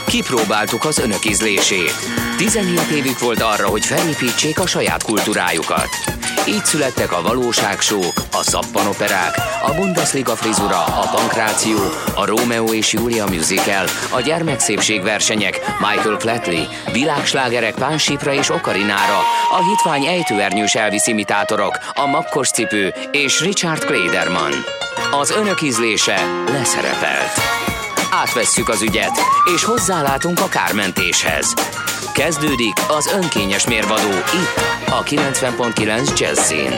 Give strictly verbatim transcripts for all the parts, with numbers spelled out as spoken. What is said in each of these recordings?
Kipróbáltuk az önök ízlését. tizenhét évük volt arra, hogy felépítsék a saját kultúrájukat. Így születtek a valóságsók, a szappanoperák, a Bundesliga frizura, a pankráció, a Rómeó és Júlia musical, a gyermekszépségversenyek, Michael Flatley, világslágerek Pánsipra és Okarinára, a hitvány ejtőernyős Elvis imitátorok, a makkos cipő és Richard Klederman. Az önök ízlése leszerepelt. Átvesszük az ügyet, és hozzálátunk a kármentéshez. Kezdődik az önkényes mérvadó itt, a kilencven pont kilenc Jazzin.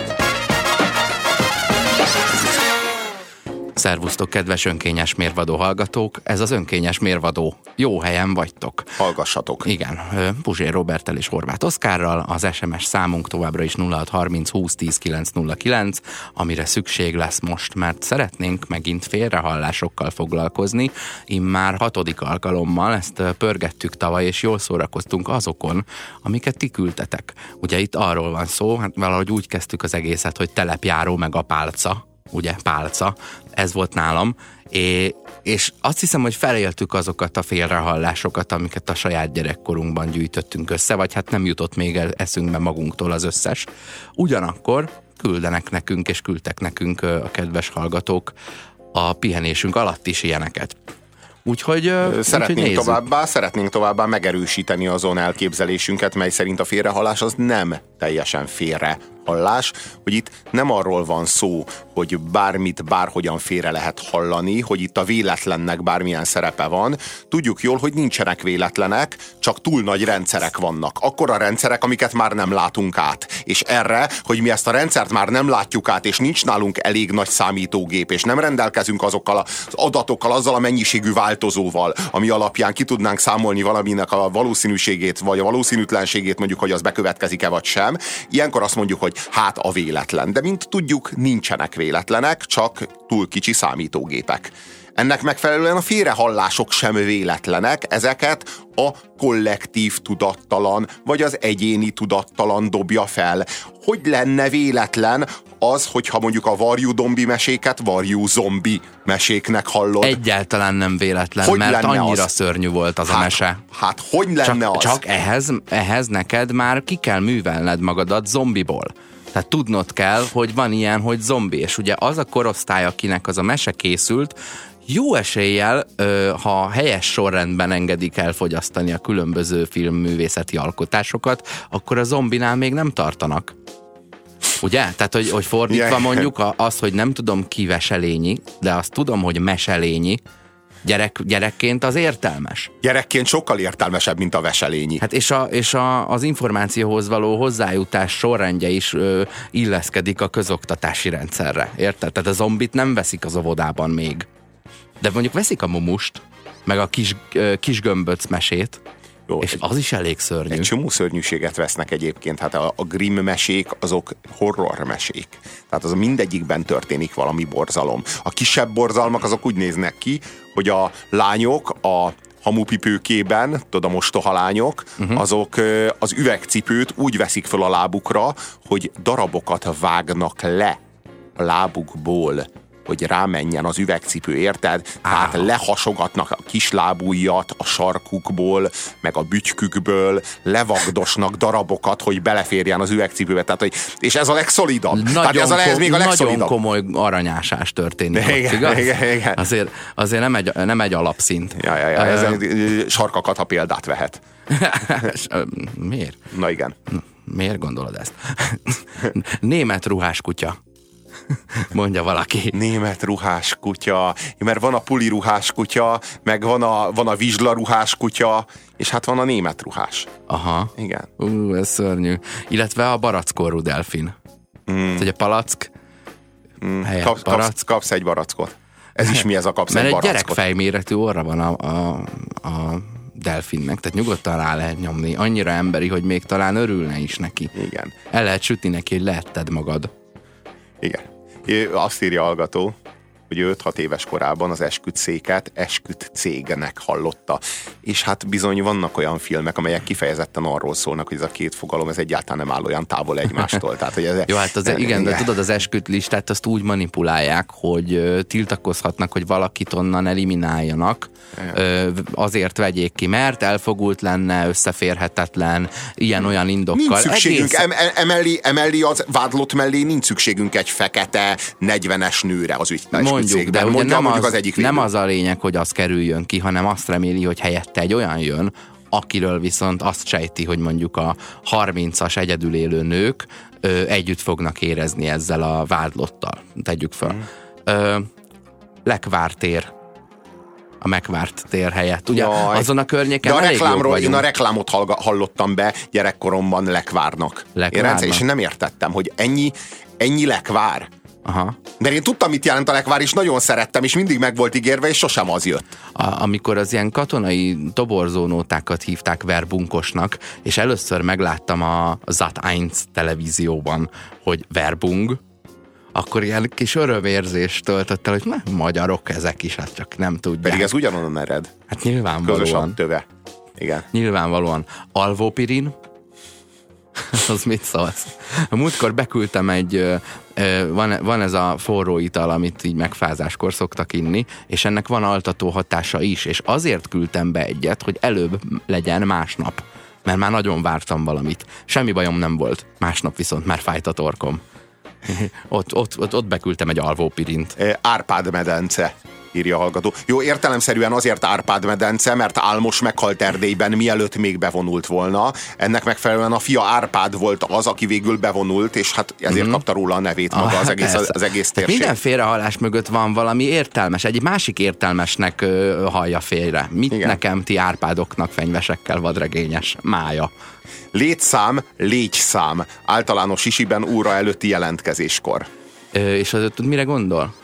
Szervusztok, kedves önkényes mérvadó hallgatók! Ez az önkényes mérvadó. Jó helyen vagytok. Hallgassatok. Igen, Puzsér Roberttel és Horváth Oszkárral. Az es em es számunk továbbra is nulla hat harminc húsz tíz kilenc nulla kilenc, amire szükség lesz most, mert szeretnénk megint félrehallásokkal foglalkozni. Immár hatodik alkalommal ezt pörgettük tavaly, és jól szórakoztunk azokon, amiket ti küldtetek. Ugye itt arról van szó, hát valahogy úgy kezdtük az egészet, hogy telepjáró meg a pálca. Ugye, pálca, ez volt nálam, é, és azt hiszem, hogy feléltük azokat a félrehallásokat, amiket a saját gyerekkorunkban gyűjtöttünk össze, vagy hát nem jutott még eszünkbe magunktól az összes. Ugyanakkor küldenek nekünk, és küldtek nekünk a kedves hallgatók a pihenésünk alatt is ilyeneket. Úgyhogy szeretnénk, úgyhogy továbbá, szeretnénk továbbá megerősíteni azon elképzelésünket, mely szerint a félrehallás az nem teljesen félrehallás, hogy itt nem arról van szó, hogy bármit bárhogyan félre lehet hallani, hogy itt a véletlennek bármilyen szerepe van. Tudjuk jól, hogy nincsenek véletlenek, csak túl nagy rendszerek vannak. Akkora rendszerek, amiket már nem látunk át. És erre, hogy mi ezt a rendszert már nem látjuk át, és nincs nálunk elég nagy számítógép, és nem rendelkezünk azokkal az adatokkal, azzal a mennyiségű változóval, ami alapján ki tudnánk számolni valaminek a valószínűségét, vagy a valószínűtlenségét, mondjuk, hogy az bekövetkezik-e vagy sem. Ilyenkor azt mondjuk, hogy hát a véletlen. De mint tudjuk, nincsenek véletlenek, csak túl kicsi számítógépek. Ennek megfelelően a félrehallások sem véletlenek, ezeket a kollektív tudattalan, vagy az egyéni tudattalan dobja fel. Hogy lenne véletlen az, hogyha mondjuk a varjú dombi meséket varjú zombi meséknek hallod? Egyáltalán nem véletlen, hogy mert annyira az? szörnyű volt az hát, a mese. Hát hogy lenne csak, az? Csak ehhez, ehhez neked már ki kell művelned magadat zombiból. Tehát tudnod kell, hogy van ilyen, hogy zombi, és ugye az a korosztály, akinek az a mese készült, jó eséllyel, ha helyes sorrendben engedik elfogyasztani a különböző filmművészeti alkotásokat, akkor a zombinál még nem tartanak. Ugye? Tehát, hogy, hogy fordítva yeah. mondjuk az, hogy nem tudom ki veselényi, de azt tudom, hogy meselényi, Gyerek, gyerekként az értelmes. Gyerekként sokkal értelmesebb, mint a veselényi. Hát és, a, és a, az információhoz való hozzájutás sorrendje is ö, illeszkedik a közoktatási rendszerre. Érted? Tehát a zombit nem veszik az óvodában még. De mondjuk veszik a mumust, meg a kis, ö, kis gömböc mesét, jó, és az is elég szörnyű. Egy csomó szörnyűséget vesznek egyébként. Hát a, a Grimm mesék, azok horror mesék. Tehát az mindegyikben történik valami borzalom. A kisebb borzalmak azok úgy néznek ki, hogy a lányok a hamupipőkében, tudod, a mostoha lányok, uh-huh. azok az üvegcipőt úgy veszik föl a lábukra, hogy darabokat vágnak le a lábukból, hogy rámenjen az üvegcipő, érted? Tehát lehasogatnak a kislábújjat a sarkukból, meg a bütykükből, levagdosnak darabokat, hogy beleférjen az üvegcipőbe. Tehát, hogy, és ez a legszolidabb. Nagyon, Tehát ez a, ez még a nagyon komoly aranyásás történik. Igen, ott, igaz? igen, igen. Azért, azért nem, egy, nem egy alapszint. Ja, ja, ja, ez uh, sarkakat, ha példát vehet. Miért? Na igen. Miért gondolod ezt? Német ruhás kutya. Mondja valaki. Német ruhás kutya, mert van a puli ruhás kutya, meg van a, van a vizsla ruhás kutya, és hát van a német ruhás. Aha. Igen. Ú, ez szörnyű. Illetve a barackorú delfin. Mm. Tehát a palack mm. Kapsz, kapsz, kapsz egy barackot. Ez is mi ez a kapsz mert egy barackot? Mert barackot? egy gyerekfejméretű orra van a, a, a delfinnek, tehát nyugodtan rá lehet nyomni. Annyira emberi, hogy még talán örülne is neki. Igen. El lehet sütni neki, hogy lehetted magad. Igen. Azt írja a hallgató, hogy ő öt-hat éves korában az esküdtszéket esküdtcégnek hallotta. És hát bizony vannak olyan filmek, amelyek kifejezetten arról szólnak, hogy ez a két fogalom, ez egyáltalán nem áll olyan távol egymástól. Tehát, hogy ez, jó, hát az, igen, igen, de tudod, az esküdt listát azt úgy manipulálják, hogy tiltakozhatnak, hogy valakit onnan elimináljanak, igen. azért vegyék ki, mert elfogult lenne, összeférhetetlen, ilyen-olyan indokkal. Nincs szükségünk, Egész... em, emellé, emellé az vádlott mellé nincs szükségünk egy fekete negyvenes nőre az ügyes. Mondjuk, de ugye mondja, nem, az, az egyik nem az a lényeg, hogy az kerüljön ki, hanem azt reméli, hogy helyette egy olyan jön, akiről viszont azt sejti, hogy mondjuk a harmincas egyedül élő nők ö, együtt fognak érezni ezzel a vádlottal. Tegyük fel. Mm. Ö, Lekvár tér. A megvárt tér helyett. Ugye Jaj. azon a környéken de a elég reklámról, én a reklámot hallottam be gyerekkoromban Lekvárnak. Lekvárnak. Én és nem értettem, hogy ennyi, ennyi lekvár. Aha. Mert én tudtam, mit jelent a lekvár, és nagyon szerettem, és mindig meg volt ígérve, és sosem az jött. A, amikor az ilyen katonai toborzónótákat hívták verbunkosnak, és először megláttam a Zat eins televízióban, hogy verbung, akkor ilyen kis örömérzést töltött el, hogy nem, magyarok ezek is, hát csak nem tudják. Pedig ez ugyanonnan ered. Hát nyilvánvalóan. Közös a töve. Igen. Nyilvánvalóan. Alvópirin, az mit szólsz? A múltkor beküldtem egy, van, van ez a forró ital, amit így megfázáskor szoktak inni, és ennek van altató hatása is, és azért küldtem be egyet, hogy előbb legyen másnap, mert már nagyon vártam valamit. Semmi bajom nem volt, másnap viszont már fájt a torkom. ott, ott, ott, ott beküldtem egy alvópirint. Árpád-medence, írja a hallgató. Jó, értelemszerűen azért Árpád-medence, mert Álmos meghalt Erdélyben, mielőtt még bevonult volna. Ennek megfelelően a fia Árpád volt az, aki végül bevonult, és hát ezért mm-hmm. kapta róla a nevét maga ah, az, egész, az, az egész térség. Minden félrehalás mögött van valami értelmes. Egy másik értelmesnek ö, hallja félre. Mit igen. nekem ti Árpádoknak fenyvesekkel vadregényes mája? Létszám, légyszám. Általános sisiben óra előtti jelentkezéskor. Ö, és az tud mire gondol?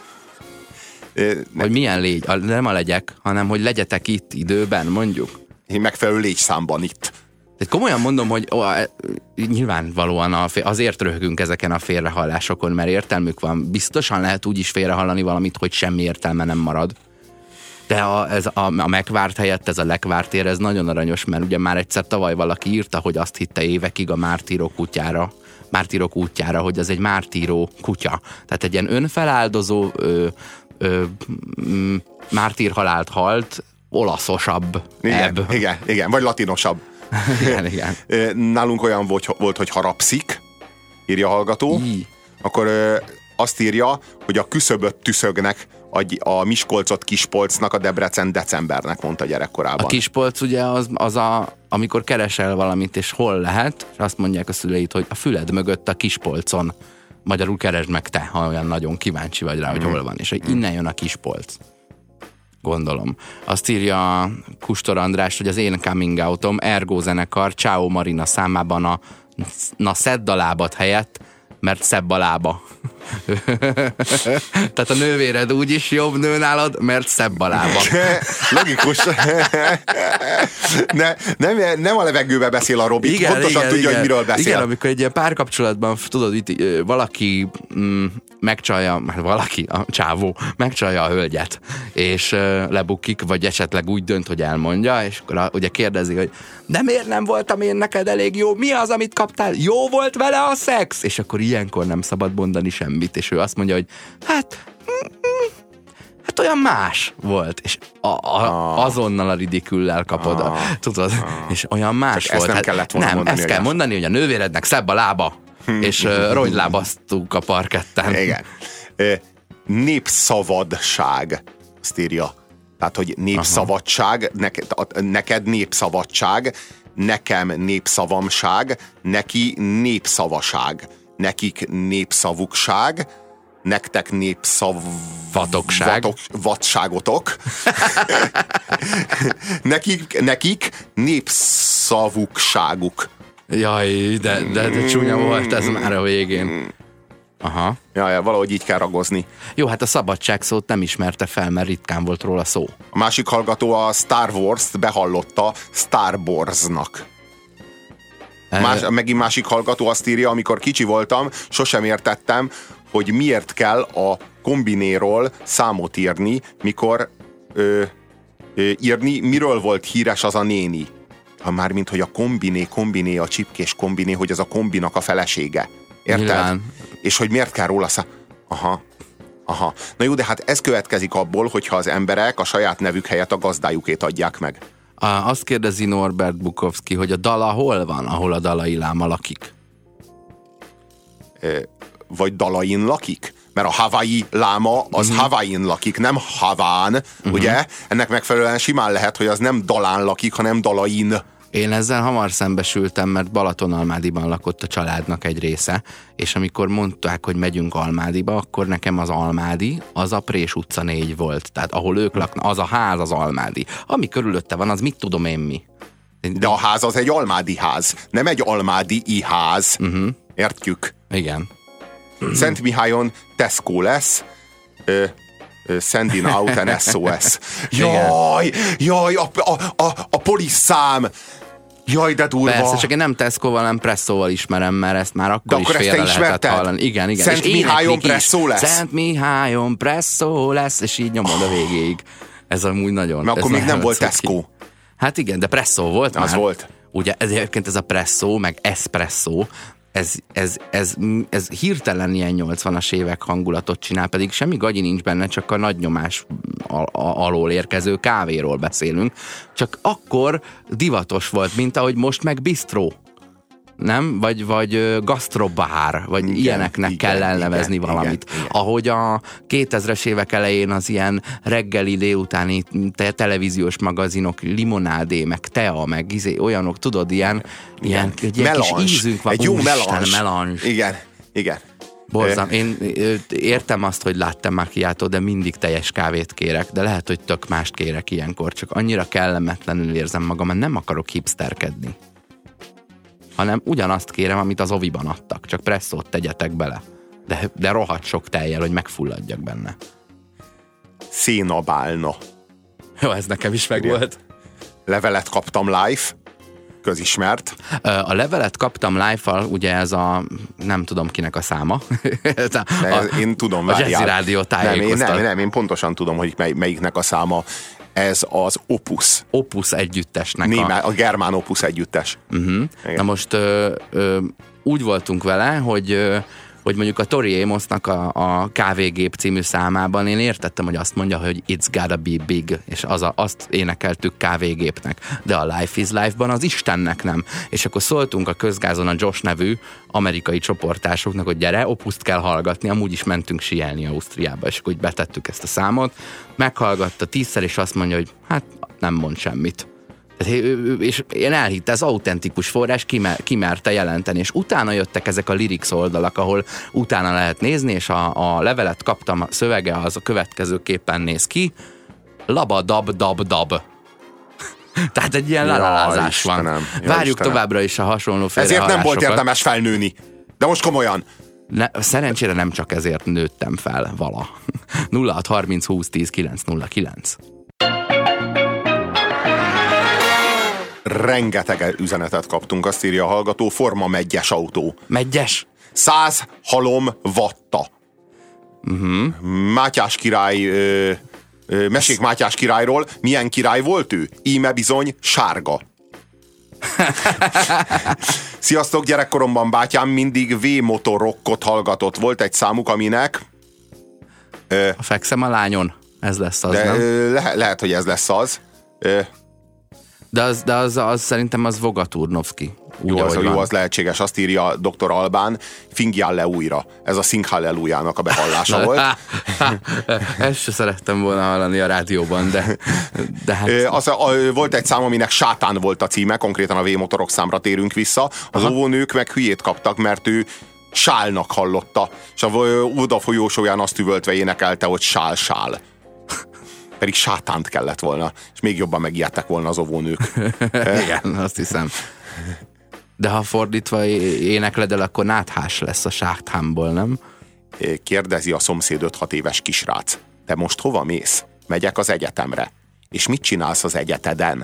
Hogy milyen légy, nem a legyek, hanem hogy legyetek itt időben, mondjuk. Én megfelelő légyszámban itt. Tehát komolyan mondom, hogy ó, nyilvánvalóan a, azért röhögünk ezeken a félrehallásokon, mert értelmük van. Biztosan lehet úgy is félrehallani valamit, hogy semmi értelme nem marad. De a, ez a, a megvárt helyett ez a lekvárt tér, ez nagyon aranyos, mert ugye már egyszer tavaly valaki írta, hogy azt hitte évekig a mártírok kutyára, mártírok útjára, hogy ez egy mártíró kutya. Tehát egy ilyen önfeláldozó ö, Ö, m, mártírhalált halt, olaszosabb. Igen, igen, igen, vagy latinosabb. igen, igen. Nálunk olyan volt, volt, hogy harapszik, írja a hallgató, I. akkor ö, azt írja, hogy a küszöböt tüszögnek, a, a Miskolcot Kispolcnak, a Debrecen decembernek, mondta gyerekkorában. A Kispolc ugye az, az a, amikor keresel valamit, és hol lehet, és azt mondják a szüleid, hogy a füled mögött a Kispolcon. Magyarul keresd meg te, ha olyan nagyon kíváncsi vagy rá, hogy hol van. És hogy innen jön a Kispolc. Gondolom. Azt írja Kustor András, hogy az én coming outom Ergo zenekar Ciao Marina számában a na szedd a lábad helyett, mert szebb a lába. Tehát a nővéred úgyis jobb nő nálad, mert szebb a lába. Logikus. ne, nem, nem a levegőbe beszél a Robi, igen, pontosan igen, tudja, igen. hogy miről beszél. Igen, amikor egy ilyen párkapcsolatban, tudod, itt valaki mm, megcsalja, hát valaki, a csávó, megcsalja a hölgyet, és uh, lebukik, vagy esetleg úgy dönt, hogy elmondja, és akkor a, ugye kérdezi, hogy de miért nem voltam én neked elég jó? Mi az, amit kaptál? Jó volt vele a szex? És akkor ilyenkor nem szabad mondani semmit, és ő azt mondja, hogy hát hát olyan más volt, és a, a, azonnal a ridiküllel kapod, ah, tudod, ah, és olyan más csak volt. Ezt nem hát, kellett volna nem, mondani. Ezt kell mondani, hogy a nővérednek szebb a lába, és uh, rongylábaztuk a parketten. Igen. Népszavadság, azt írja. Tehát, hogy népszavadság, neked, neked népszavadság, nekem népszavamság, neki népszavaság, nekik népszavukság, nektek népszavvatokság, vatságotok, nekik, nekik népszavukságuk. Jaj, de, de, de csúnya volt ez már a végén. Aha. Jaj, valahogy így kell ragozni. Jó, hát a szabadság szót nem ismerte fel, mert ritkán volt róla szó. A másik hallgató a Star Wars-t behallotta Star Wars-nak. Más, megint másik hallgató azt írja, amikor kicsi voltam, sosem értettem, hogy miért kell a kombinéról számot írni, mikor ö, ö, írni, miről volt híres az a néni. Ha már mint hogy a kombiné, kombiné, a csipkés kombiné, hogy az a kombinak a felesége. Érted? Nyilván. És hogy miért kell róla szá... Aha. Aha. Na jó, de hát ez következik abból, hogyha az emberek a saját nevük helyett a gazdájukét adják meg. Azt kérdezi Norbert Bukowski, hogy a Dala hol van, ahol a Dalai Láma lakik? Vagy Dalain lakik? Mert a Hawaii láma az uh-huh. Hawaii-n lakik, nem Haván, uh-huh. ugye? Ennek megfelelően simán lehet, hogy az nem Dalán lakik, hanem Dalain. Én ezzel hamar szembesültem, mert Balatonalmádiban lakott a családnak egy része, és amikor mondták, hogy megyünk Almádiba, akkor nekem az Almádi, az a Prés utca négy volt. Tehát ahol ők laknak, az a ház az Almádi. Ami körülötte van, az mit tudom én mi. De a ház az egy almádi ház, nem egy almádi-i ház. Uh-huh. Értjük? Igen. Szent Mihályon Tesco lesz, ö, ö, sending out an es o es. Jaj, jaj, a, a, a, a poliszszám! Jaj, de durva! Persze, csak én nem Tesco-val, nem Presszóval ismerem, mert ezt már akkor de is akkor félre lehetett hallani. Igen, igen. Szent Mihályon Presszó lesz. Szent Mihályon Presszó lesz, és így nyomod a végéig. Ez amúgy nagyon... Mert akkor még nem volt Tesco. Hát igen, de Presszó volt az már. volt. Ugye egyébként ez a Presszó, meg Espresso, ez, ez, ez, ez hirtelen ilyen nyolcvanas évek hangulatot csinál, pedig semmi gagyi nincs benne, csak a nagy nyomás alól érkező kávéról beszélünk. Csak akkor divatos volt, mint ahogy most meg bistró. Nem? Vagy, vagy gasztrobár, vagy igen, ilyeneknek igen, kell elnevezni igen, valamit. Igen, igen. Ahogy a kétezres évek elején az ilyen reggeli délutáni te- televíziós magazinok, limonádé, meg tea, meg izé, olyanok, tudod, ilyen, ilyen egy melange. Kis ízünk van. Egy jó melange. melange. Igen, igen. Borzam, én értem azt, hogy láttam macchiato, de mindig teljes kávét kérek, de lehet, hogy tök mást kérek ilyenkor, csak annyira kellemetlenül érzem magam, mert nem akarok hipsterkedni. Hanem ugyanazt kérem, amit az oviban adtak, csak presszót tegyetek bele. De, de rohadt sok tejjel, hogy megfulladjak benne. Szénabálna. Jó, ez nekem is megvolt. Levelet kaptam live, közismert. A levelet kaptam live-val, ugye ez a, nem tudom kinek a száma. a, a, én tudom, a Jazzy Rádió tájékoztat. Nem, nem, nem, én pontosan tudom, hogy mely, melyiknek a száma. Ez az Opus. Opus együttesnek. Némá, a... a germán Opus együttes. Uh-huh. Na most ö, ö, úgy voltunk vele, hogy, ö, hogy mondjuk a Tori Amosnak a, a Kávégép című számában én értettem, hogy azt mondja, hogy it's gotta be big, és az a, azt énekeltük Kávégépnek. De a Life is Life-ban az Istennek nem. És akkor szóltunk a Közgázon a Josh nevű amerikai csoportásoknak, hogy gyere, Opust kell hallgatni, amúgy is mentünk síelni Ausztriába, és akkor úgy betettük ezt a számot, meghallgatta tízszer, és azt mondja, hogy hát nem mond semmit. És én elhitte, ez autentikus forrás, kimer, kimerte jelenteni, és utána jöttek ezek a lyrics oldalak, ahol utána lehet nézni, és a, a levelet kaptam, a szövege az a következőképpen néz ki, labadab-dab-dab. Tehát egy ilyen lalálázás van. Ja, Várjuk Istenem. Továbbra is a hasonló félrehallásokat. Ezért nem volt érdemes felnőni. De most komolyan. Ne, szerencsére nem csak ezért nőttem fel vala. nulla hat harminc húsz tíz kilenc nulla kilenc. Rengeteg üzenetet kaptunk, azt írja a hallgató, forma meggyes autó. Meggyes? Száz halom vatta. Uh-huh. Mátyás király, ö, ö, mesék Mátyás királyról. Milyen király volt ő? Íme bizony sárga. Sziasztok, gyerekkoromban bátyám mindig V-motorokkot hallgatott. Volt egy számuk, aminek... Ö, a fekszem a lányon. Ez lesz az, de, nem? Ö, le, lehet, hogy ez lesz az. Ö, De az, de az, az szerintem az Voga Turnovski. Úgy, jó, az, jó, az lehetséges. Azt írja doktor Albán, fingjál le újra. Ez a Sing Hallelujának a behallása volt. Ezt se szerettem volna hallani a rádióban, de, de hát... Az, a, a, volt egy szám, aminek Sátán volt a címe, konkrétan a V-motorok számra térünk vissza. Az Aha. óvónők meg hülyét kaptak, mert ő sálnak hallotta. És a Oda folyósóján azt üvöltve énekelte, hogy sál, sál. Pedig sátánt kellett volna, és még jobban megijedtek volna az óvónők. Igen, azt hiszem. De ha fordítva énekled el, akkor náthás lesz a sátánból, nem? Kérdezi a szomszéd öt-hat éves kisrác. Te most hova mész? Megyek az egyetemre. És mit csinálsz az egyeteden?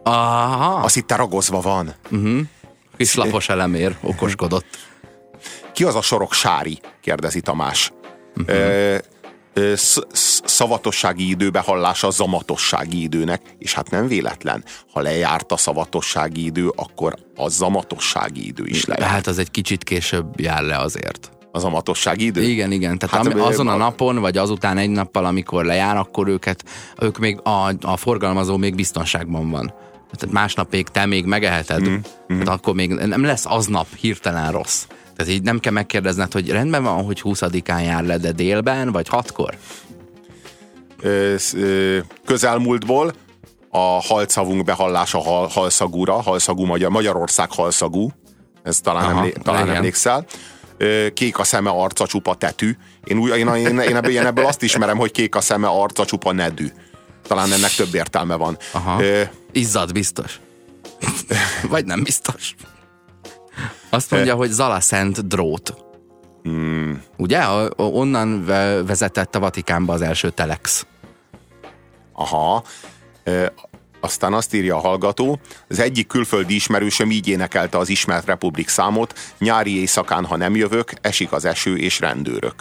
Aha. Azt itt ragozva van. Uh-huh. Kis lapos elemér okoskodott. Ki az a Soroksári? Kérdezi Tamás. Uh-huh. Ö, ö, sz, szavatossági időbe hallása a zamatossági időnek, és hát nem véletlen. Ha lejárt a szavatossági idő, akkor a zamatossági idő is lejárt. Hát az egy kicsit később jár le azért. Az amatossági idő? Igen, igen. Tehát hát, ami, azon a napon, vagy azután egy nappal, amikor lejár, akkor őket, ők még a, a forgalmazó még biztonságban van. Tehát másnap még te még megeheted, mm, mm. Tehát akkor még nem lesz aznap hirtelen rossz. Tehát így nem kell megkérdezned, hogy rendben van, hogy huszadikán jár le, de délben, vagy hatkor? Ö, ö, közelmúltból a halszavunk behallása hal, halszagúra, halszagú Magyar, Magyarország halszagú, ez talán, Aha, emlé, talán emlékszel. Kék a szeme, arca csupa tetű. Én, úgy, én, én, én, ebből, én ebből azt ismerem, hogy kék a szeme, arca csupa nedű. Talán ennek több értelme van. Aha. Ö, Izzad biztos. Vagy nem biztos. Azt mondja, hogy Zalaszent drót. Hmm. Ugye? Onnan vezetett a Vatikánba az első telex. Aha. Ö, Aztán azt írja a hallgató, az egyik külföldi ismerősöm így énekelte az Ismert Republik számot: nyári éjszakán, ha nem jövök, esik az eső és rendőrök.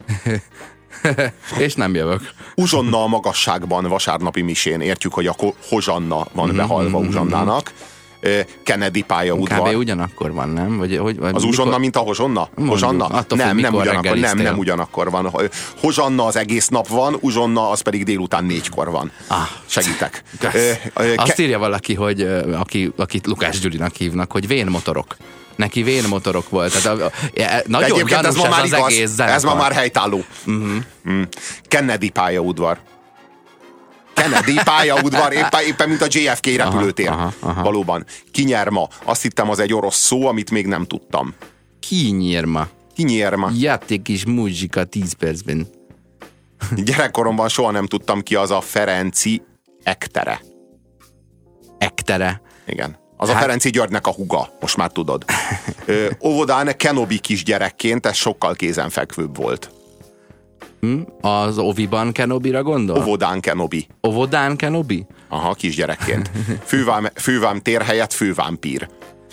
És nem jövök. Uzsonna a magasságban vasárnapi misén. Értjük, hogy a Hozsanna van behalva Uzsonnának. Kennedy pályaudvar. Kb. Ugyanakkor van, nem? Vagy, hogy, vagy az mikor... Uzsonna, mint a Hozsonna? Hozsanna? Attól, nem, nem ugyanakkor, nem, nem ugyanakkor van. Hozsanna az egész nap van, Uzsonna az pedig délután négykor van. Ah, segítek. Azt írja valaki, hogy aki, akit Lukács Gyurinak hívnak, hogy vénmotorok. Neki vénmotorok volt. Tehát a, a, nagyon gyanús ez, ez az igaz. Egész zenekar. Ez ma már helytálló. Uh-huh. Mm. Kennedy pályaudvar. Kennedy pályaudvar, éppen, éppen mint a jé ef ká repülőtér. Aha, aha, aha. Valóban. Kinyerma. Azt hittem, az egy orosz szó, amit még nem tudtam. Kinyerma. Kinyerma. Játék és muzsika tíz percben. Gyerekkoromban soha nem tudtam, ki az a Ferenci Ektere. Ektere. Igen. Az hát... a Ferenci Györgynek a húga, most már tudod. Ö, óvodán Kenobi kisgyerekként ez sokkal kézenfekvőbb volt. Hm? Az Oviban Kenobira gondol? Óvodán Kenobi. Óvodán Kenobi? Aha, kisgyerekként. Fővám, fővám tér helyett fővámpír.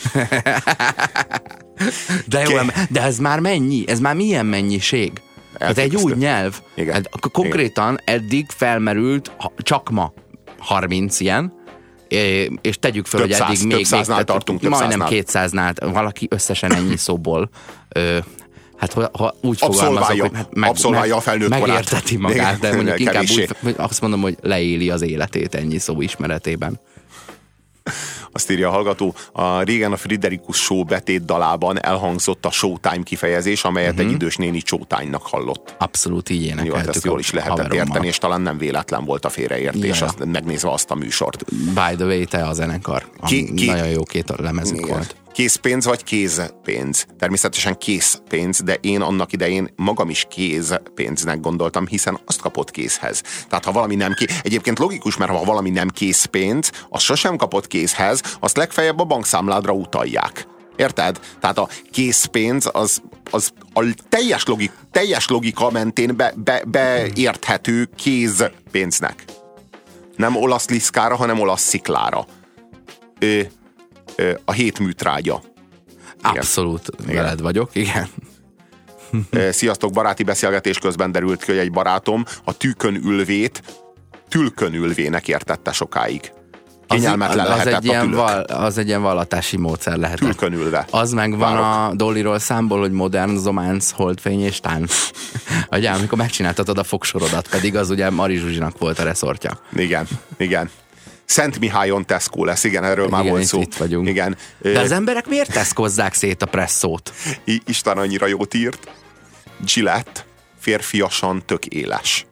De jó, de ez már mennyi? Ez már milyen mennyiség? Ez egy új nyelv. Igen. Hát konkrétan Igen. eddig felmerült csak ma harminc ilyen, és tegyük fel, több hogy eddig száz, még, több száznál még tartunk, több majdnem száznál. kétszáznál, valaki összesen ennyi szóból ö, hát ha, ha úgy fogalmazok, hogy hát meg, abszolválja a felnőtt korát. Megérteti magát, de mondjuk inkább Kevéssé. úgy, azt mondom, hogy leéli az életét ennyi szó ismeretében. Azt írja a hallgató, a régen a Friderikus Show betét dalában elhangzott a Showtime kifejezés, amelyet uh-huh. egy idős néni Showtime-nak hallott. Abszolút így énekeltük. Jó, ezt jól is lehetett haverommal. érteni, és talán nem véletlen volt a félreértés, ja. azt, megnézve azt a műsort. By the way, te a zenekar. Ké, ké, nagyon jó két lemezük igen. volt. Készpénz vagy kézpénz? Természetesen készpénz, de én annak idején magam is kézpénznek gondoltam, hiszen azt kapott kézhez. Tehát ha valami nem kész, egyébként logikus, mert ha valami nem készpénz, az sosem kapott kézhez, azt legfeljebb a bankszámládra utalják. Érted? Tehát a készpénz az, az a teljes, logik, teljes logika mentén be, be, beérthető kézpénznek. Nem olasz liszkára, hanem olasz sziklára. Ö, A hét műtrágya. Abszolút igen. veled vagyok, igen. Sziasztok, baráti beszélgetés közben derült ki, hogy egy barátom a tűkön ülvét tülkön ülvének értette sokáig. Kényelmetlen az, az, lehetett egy a tülök. Val, az egy ilyen vallatási módszer lehetett. Tülkön ülve. Az meg van a Dollyról számból, hogy modern zománc, holdfény és tánc. Ugye, amikor megcsináltatod a fogsorodat, pedig az ugye Mari Zsuzsinak volt a reszortja. Igen, igen. Szent Mihályon Tesco lesz, igen, erről igen, már volt szó. Itt vagyunk. Igen. De az emberek miért teszkozzák szét a presszót? I- Isten annyira jót írt. Gillette, férfiasan tök éles.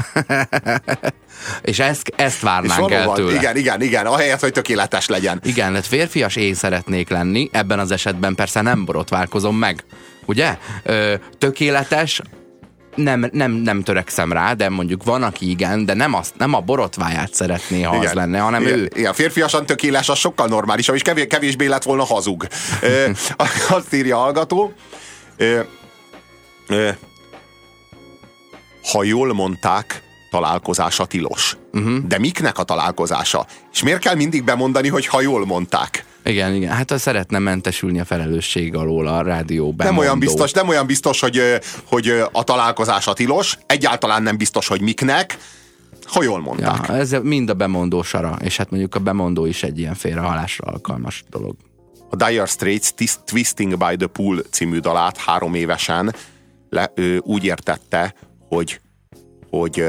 És ezt, ezt várnánk el tőle. Igen, igen, igen, ahelyett, hogy tökéletes legyen. Igen, hát férfias én szeretnék lenni, ebben az esetben persze nem borotválkozom meg. Ugye? Ö, tökéletes, nem, nem, nem törekszem rá, de mondjuk van, aki igen, de nem, azt, nem a borotváját szeretné, ha igen, az lenne, hanem igen, ő. Igen, férfiasan tökéles, az sokkal normálisabb, és kevés, kevésbé lett volna hazug. Ö, azt írja a hallgató. Ö, ö, ha jól mondták, találkozása tilos. Uh-huh. De miknek a találkozása? És miért kell mindig bemondani, hogy ha jól mondták? Igen, igen. Hát az szeretne mentesülni a felelősség alól a rádió bemondó. Nem olyan biztos, nem olyan biztos, hogy, hogy a találkozás a tilos, egyáltalán nem biztos, hogy miknek, ha jól mondták. Ja, ez mind a bemondó sara, és hát mondjuk a bemondó is egy ilyen félrehalásra alkalmas dolog. A Dire Straits Twisting by the Pool című dalát három évesen le, ő, úgy értette, hogy hogy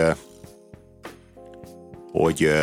hogy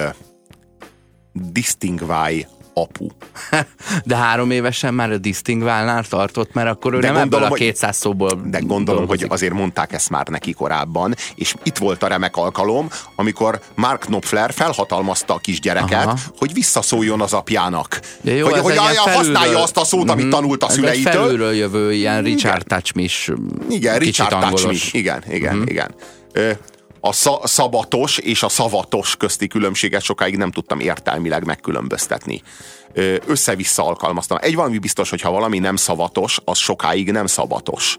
distingválj apu. De három évesen már a distingválnál tartott, mert akkor ő de nem gondolom, ebből a kétszáz szóból de gondolom, dolgozik. Hogy azért mondták ezt már neki korábban, és itt volt a remek alkalom, amikor Mark Knopfler felhatalmazta a kisgyereket, aha, hogy visszaszóljon az apjának. De jó, hogy hogy használja azt a szót, mm-hmm, amit tanult a szüleitől. Ez felülről jövő ilyen Richard Touchmish. Igen, Richard Touchmish. Igen, igen, mm-hmm. igen. Ö, a szabatos és a szavatos közti különbséget sokáig nem tudtam értelmileg megkülönböztetni. Össze-vissza alkalmaztam. Egy valami biztos, hogy ha valami nem szavatos, az sokáig nem szabatos.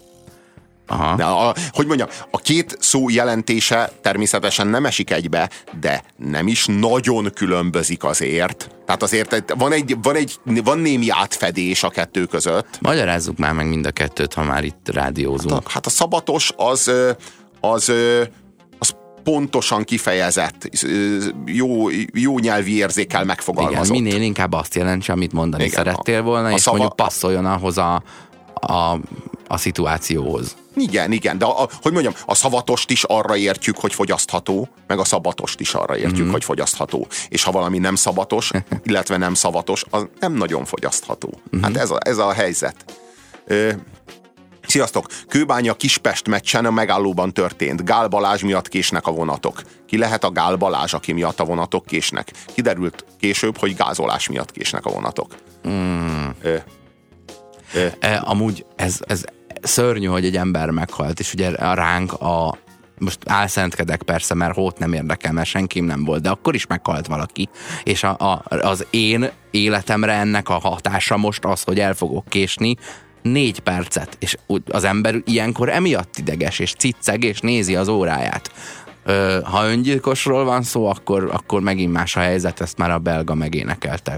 Aha. De a, hogy mondjam, a két szó jelentése természetesen nem esik egybe, de nem is nagyon különbözik azért. Tehát azért van, egy, van, egy, van némi átfedés a kettő között. Magyarázzuk már meg mind a kettőt, ha már itt rádiózunk. Hát a, hát a szabatos az... az pontosan kifejezett, jó, jó nyelvi érzékkel megfogalmazott. Igen, minél inkább azt jelentse, amit mondani igen, szerettél volna, és szava... mondjuk passzoljon ahhoz a, a, a szituációhoz. Igen, igen, de a, hogy mondjam, a szavatost is arra értjük, hogy fogyasztható, meg a szabatost is arra értjük, mm-hmm. hogy fogyasztható. És ha valami nem szabatos, illetve nem szavatos, az nem nagyon fogyasztható. Mm-hmm. Hát ez a, ez a helyzet. Ö, Sziasztok! Kőbánya Kispest meccsen a megállóban történt. Gál Balázs miatt késnek a vonatok. Ki lehet a Gál Balázs, aki miatt a vonatok késnek? Kiderült később, hogy gázolás miatt késnek a vonatok. Mm. Ö, ö. E, amúgy ez, ez szörnyű, hogy egy ember meghalt, és ugye a ránk a most álszentkedek persze, mert hót nem érdekel, mert senkim nem volt, de akkor is meghalt valaki. És a, a, az én életemre ennek a hatása most az, hogy el fogok késni négy percet, és az ember ilyenkor emiatt ideges, és cicceg, és nézi az óráját. Ö, ha öngyilkosról van szó, akkor, akkor megint más a helyzet, ezt már a belga megénekelte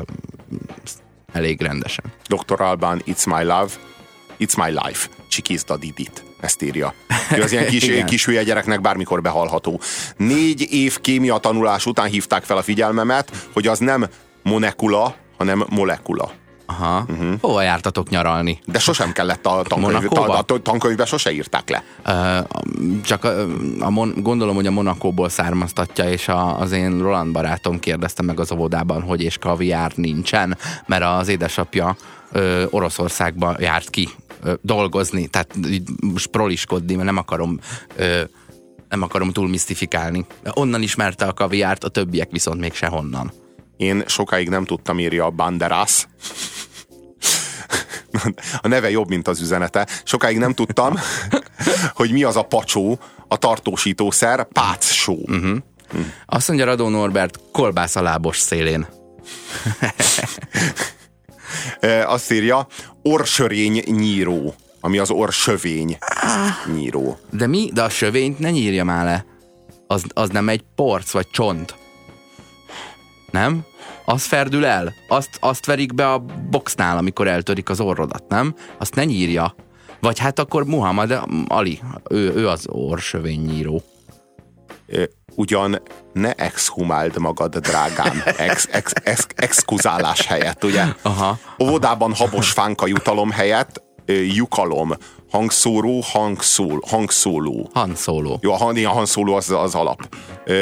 elég rendesen. doktor Alban, It's My Love, It's My Life, Csikizda Didit. Ezt írja. Ő az ilyen kis, kis hülye gyereknek bármikor behalható. Négy év kémia tanulás után hívták fel a figyelmemet, hogy az nem monekula, hanem molekula. Aha. Uh-huh. Hova jártatok nyaralni? De sosem kellett a tankönyvbe. A tankönyvbe sose írták le. Uh, csak a, a mon, gondolom, hogy a Monakóból származtatja, és a, az én Roland barátom kérdezte meg az óvodában, hogy és kaviár nincsen, mert az édesapja uh, Oroszországba járt ki uh, dolgozni, tehát most proliskodni, mert nem akarom uh, nem akarom túl misztifikálni. Onnan ismerte a kaviárt, a többiek viszont még sehonnan. Én sokáig nem tudtam, írja a Banderas. A neve jobb, mint az üzenete. Sokáig nem tudtam, hogy mi az a pacsó, a tartósítószer, pácsó. Uh-huh. Hm. Azt mondja Radó Norbert, kolbász a lábos szélén. Azt írja, orsörény nyíró, ami az orsövény nyíró. De mi? De a sövényt ne nyírja már le. Az, az nem egy porc vagy csont. Nem? Az ferdül el. Azt, azt verik be a boxnál, amikor eltörik az orrodat, nem? Azt ne nyírja. Vagy hát akkor Muhammad Ali, ő, ő az orrsövénynyíró. Ugyan ne exhumáld magad, drágám, ex, ex, ex, exkuzálás helyett, ugye? Aha. Óvodában habos fánka jutalom helyett jukalom, hangszóró, hangszól, hangszóló. Hangszóló. Jó, a, a hangszóló az, az alap. Ö,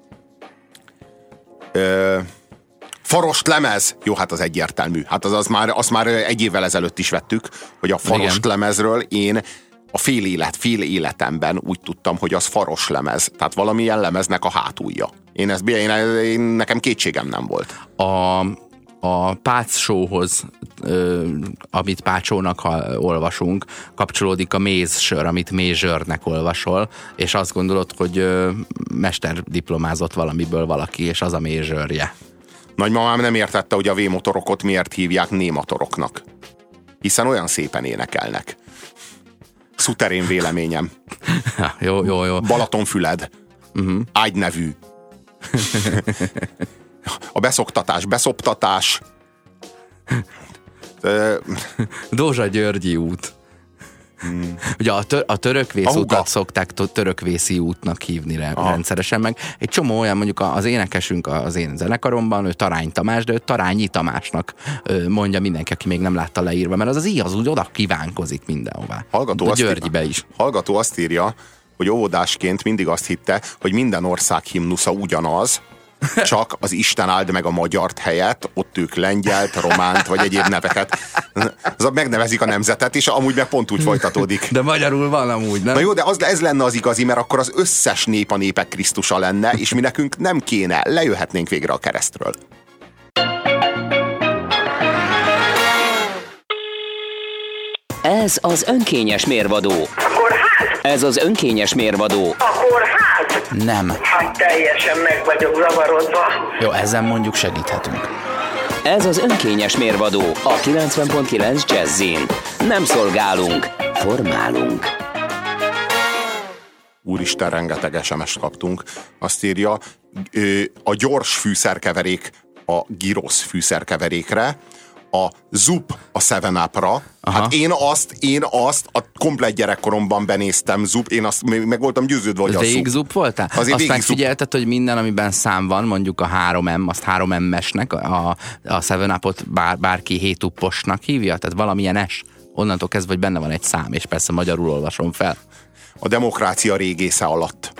ö, Farost lemez. Jó, hát az egyértelmű. Hát az, az már, azt már egy évvel ezelőtt is vettük, hogy a farost igen. lemezről én a fél élet, fél életemben úgy tudtam, hogy az faros lemez. Tehát valamilyen lemeznek a hátulja. Én ezt, én, én, nekem kétségem nem volt. A, a Pács Showhoz, ö, amit Pácsónak ha olvasunk, kapcsolódik a mézsör, amit mézsörnek olvasol, és azt gondolod, hogy ö, mesterdiplomázott valamiből valaki, és az a mézsörje. Nagymamám nem értette, hogy a V-motorokat miért hívják nématoroknak. Hiszen olyan szépen énekelnek. Szuterén véleményem. Jó, jó, jó. Balatonfüled. Uh-huh. Ágynevű. A beszoktatás, beszoptatás. Dózsa Györgyi út. Hmm. Ugye a, tör, a törökvész utat szokták törökvészi útnak hívni rendszeresen, meg egy csomó olyan, mondjuk az énekesünk az én zenekaromban, ő Tarány Tamás, de ő Tarányi Tamásnak mondja mindenki, aki még nem látta leírva, mert az az így az úgy oda kívánkozik mindenhová. Hallgató a Györgyibe is. Hallgató azt írja, hogy óvodásként mindig azt hitte, hogy minden ország himnusza ugyanaz, csak az Isten áld meg a magyart helyett, ott ők lengyelt, románt, vagy egyéb neveket. Az megnevezik a nemzetet, és amúgy meg pont úgy folytatódik. De magyarul van amúgy, nem? Na jó, de az, ez lenne az igazi, mert akkor az összes nép a népek Krisztusa lenne, és mi nekünk nem kéne, lejöhetnénk végre a keresztről. Ez az önkényes mérvadó. Akkor hát? Ez az önkényes mérvadó. Akkor hát? Nem. Hát teljesen meg vagyok zavarodva. Jó, ezen mondjuk segíthetünk. Ez az önkényes mérvadó a kilencven pont kilenc Jazzin. Nem szolgálunk, formálunk. Úristen, rengeteg es em es-t kaptunk. Azt írja, a gyors fűszerkeverék a gyrosz fűszerkeverékre, a Zup a seven up-ra. Hát én azt, én azt a komplet gyerekkoromban benéztem Zup, én azt meg voltam győződve, hogy a Végig Zup voltál? Azért azt megfigyelted, Zup. Hogy minden, amiben szám van, mondjuk a három em, azt három em-esnek, a, a seven up-ot bár, bárki hét upposnak hívja, tehát valamilyen S. Onnantól kezdve, hogy benne van egy szám, és persze magyarul olvasom fel. A demokrácia régésze alatt.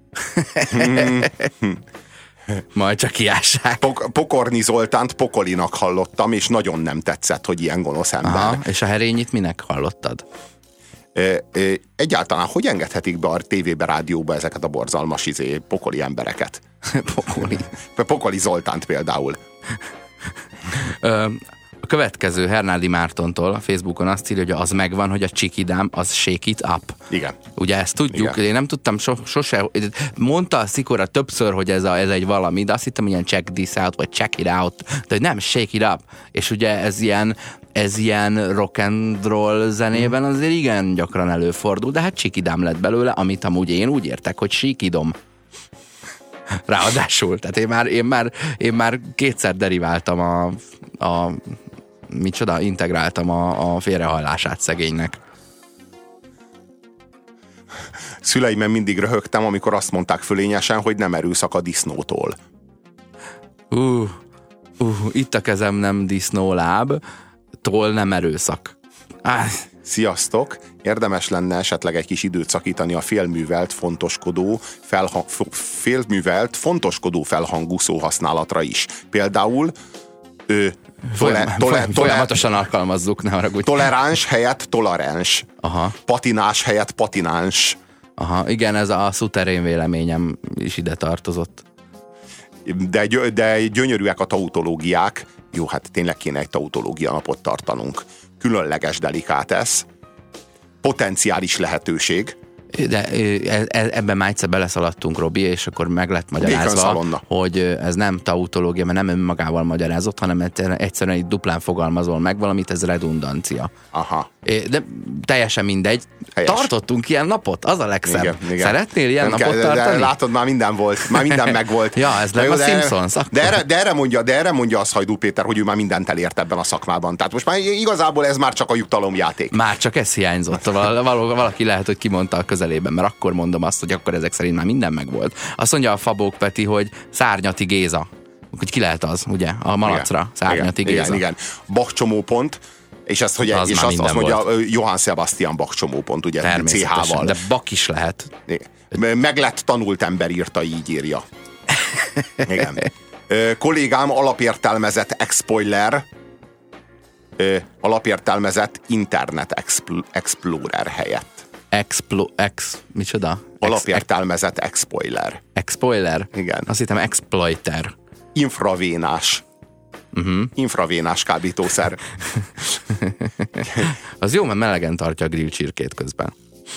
Majd csak kiássák. Pok- Pokorni Zoltánt Pokolinak hallottam, és nagyon nem tetszett, hogy ilyen gonosz ember. Aha, és a Herényit minek hallottad? E, e, egyáltalán hogy engedhetik be a tévébe, rádióba ezeket a borzalmas izé, pokoli embereket? Pokoli. Pokoli Zoltánt például. Ö, a következő Hernádi Mártontól a Facebookon azt írja, hogy az megvan, hogy a csikidám az shake it up. Igen. Ugye ezt tudjuk, Igen. Én nem tudtam so, sose, mondta a Szikora többször, hogy ez, a, ez egy valami, de azt hittem, hogy ilyen check this out, vagy check it out, de hogy nem, shake it up. És ugye ez ilyen, ez ilyen rock and roll zenében azért igen gyakran előfordul, de hát csikidám lett belőle, amit amúgy én úgy értek, hogy síkidom. Ráadásul, tehát én már, én már, én már kétszer deriváltam a, a micsoda, integráltam a, a félrehallását szegénynek. Szüleimen mindig röhögtem, amikor azt mondták fölényesen, hogy nem erőszak a disznótól. Uh, uh, itt a kezem nem disznóláb, tól nem erőszak. Ah. Sziasztok! Érdemes lenne esetleg egy kis időt szakítani a félművelt, fontoskodó, felha- félművelt, fontoskodó felhangú szóhasználatra is. Például ö, tole, tole, folyamatosan tole, alkalmazzuk, ne haragudj. Toleráns helyett toleráns. Aha. Patinás helyett patináns. Aha, igen, ez a szuterén véleményem is ide tartozott. De, de gyönyörűek a tautológiák. Jó, hát tényleg kéne egy tautológia napot tartanunk. Különleges delikátesz, potenciális lehetőség. De ebben már egyszer beleszaladtunk, Robi, és akkor meg lett magyarázva, hogy ez nem tautológia, mert nem önmagával magyarázott, hanem egyszerűen egy duplán fogalmazol meg valamit, ez redundancia. Aha. De teljesen mindegy. Helyes. Tartottunk ilyen napot, az a legszebb. Igen, igen. Szeretnél ilyen nem napot kell, tartani? De látod, már minden volt, már minden megvolt. Ja, ez nem a Simpsons. De, de, erre, de, erre mondja, de erre mondja az Hajdú Péter, hogy ő már mindent elért ebben a szakmában. Tehát most már igazából ez már csak a jutalomjáték. Már csak ez hiányzott. Val- val- valaki lehet, hogy kimondta a közelében, mert akkor mondom azt, hogy akkor ezek szerint már minden megvolt. Azt mondja a Fabók Peti, hogy Szárnyati Géza. Hogy ki lehet az, ugye? A malacra. Igen, Szárnyati igen, Géza. Igen, igen. Bach csomópont. És ezt, hogy az és azt, azt mondja volt. Johann Sebastian Bach csomópont, ugye, cé há-val. De Bach is lehet. Meg lett tanult ember írta, így írja. Igen. Kollégám alapértelmezett Explorer, alapértelmezett Internet Explorer helyett. Explo... Ex... Micsoda? Alapértelmezett Explorer. Explorer? Igen. Azt hittem exploiter. Infravénás. Uh-huh. Infravénás kábítószer. Az jó, mert melegen tartja a grill csirkét közben.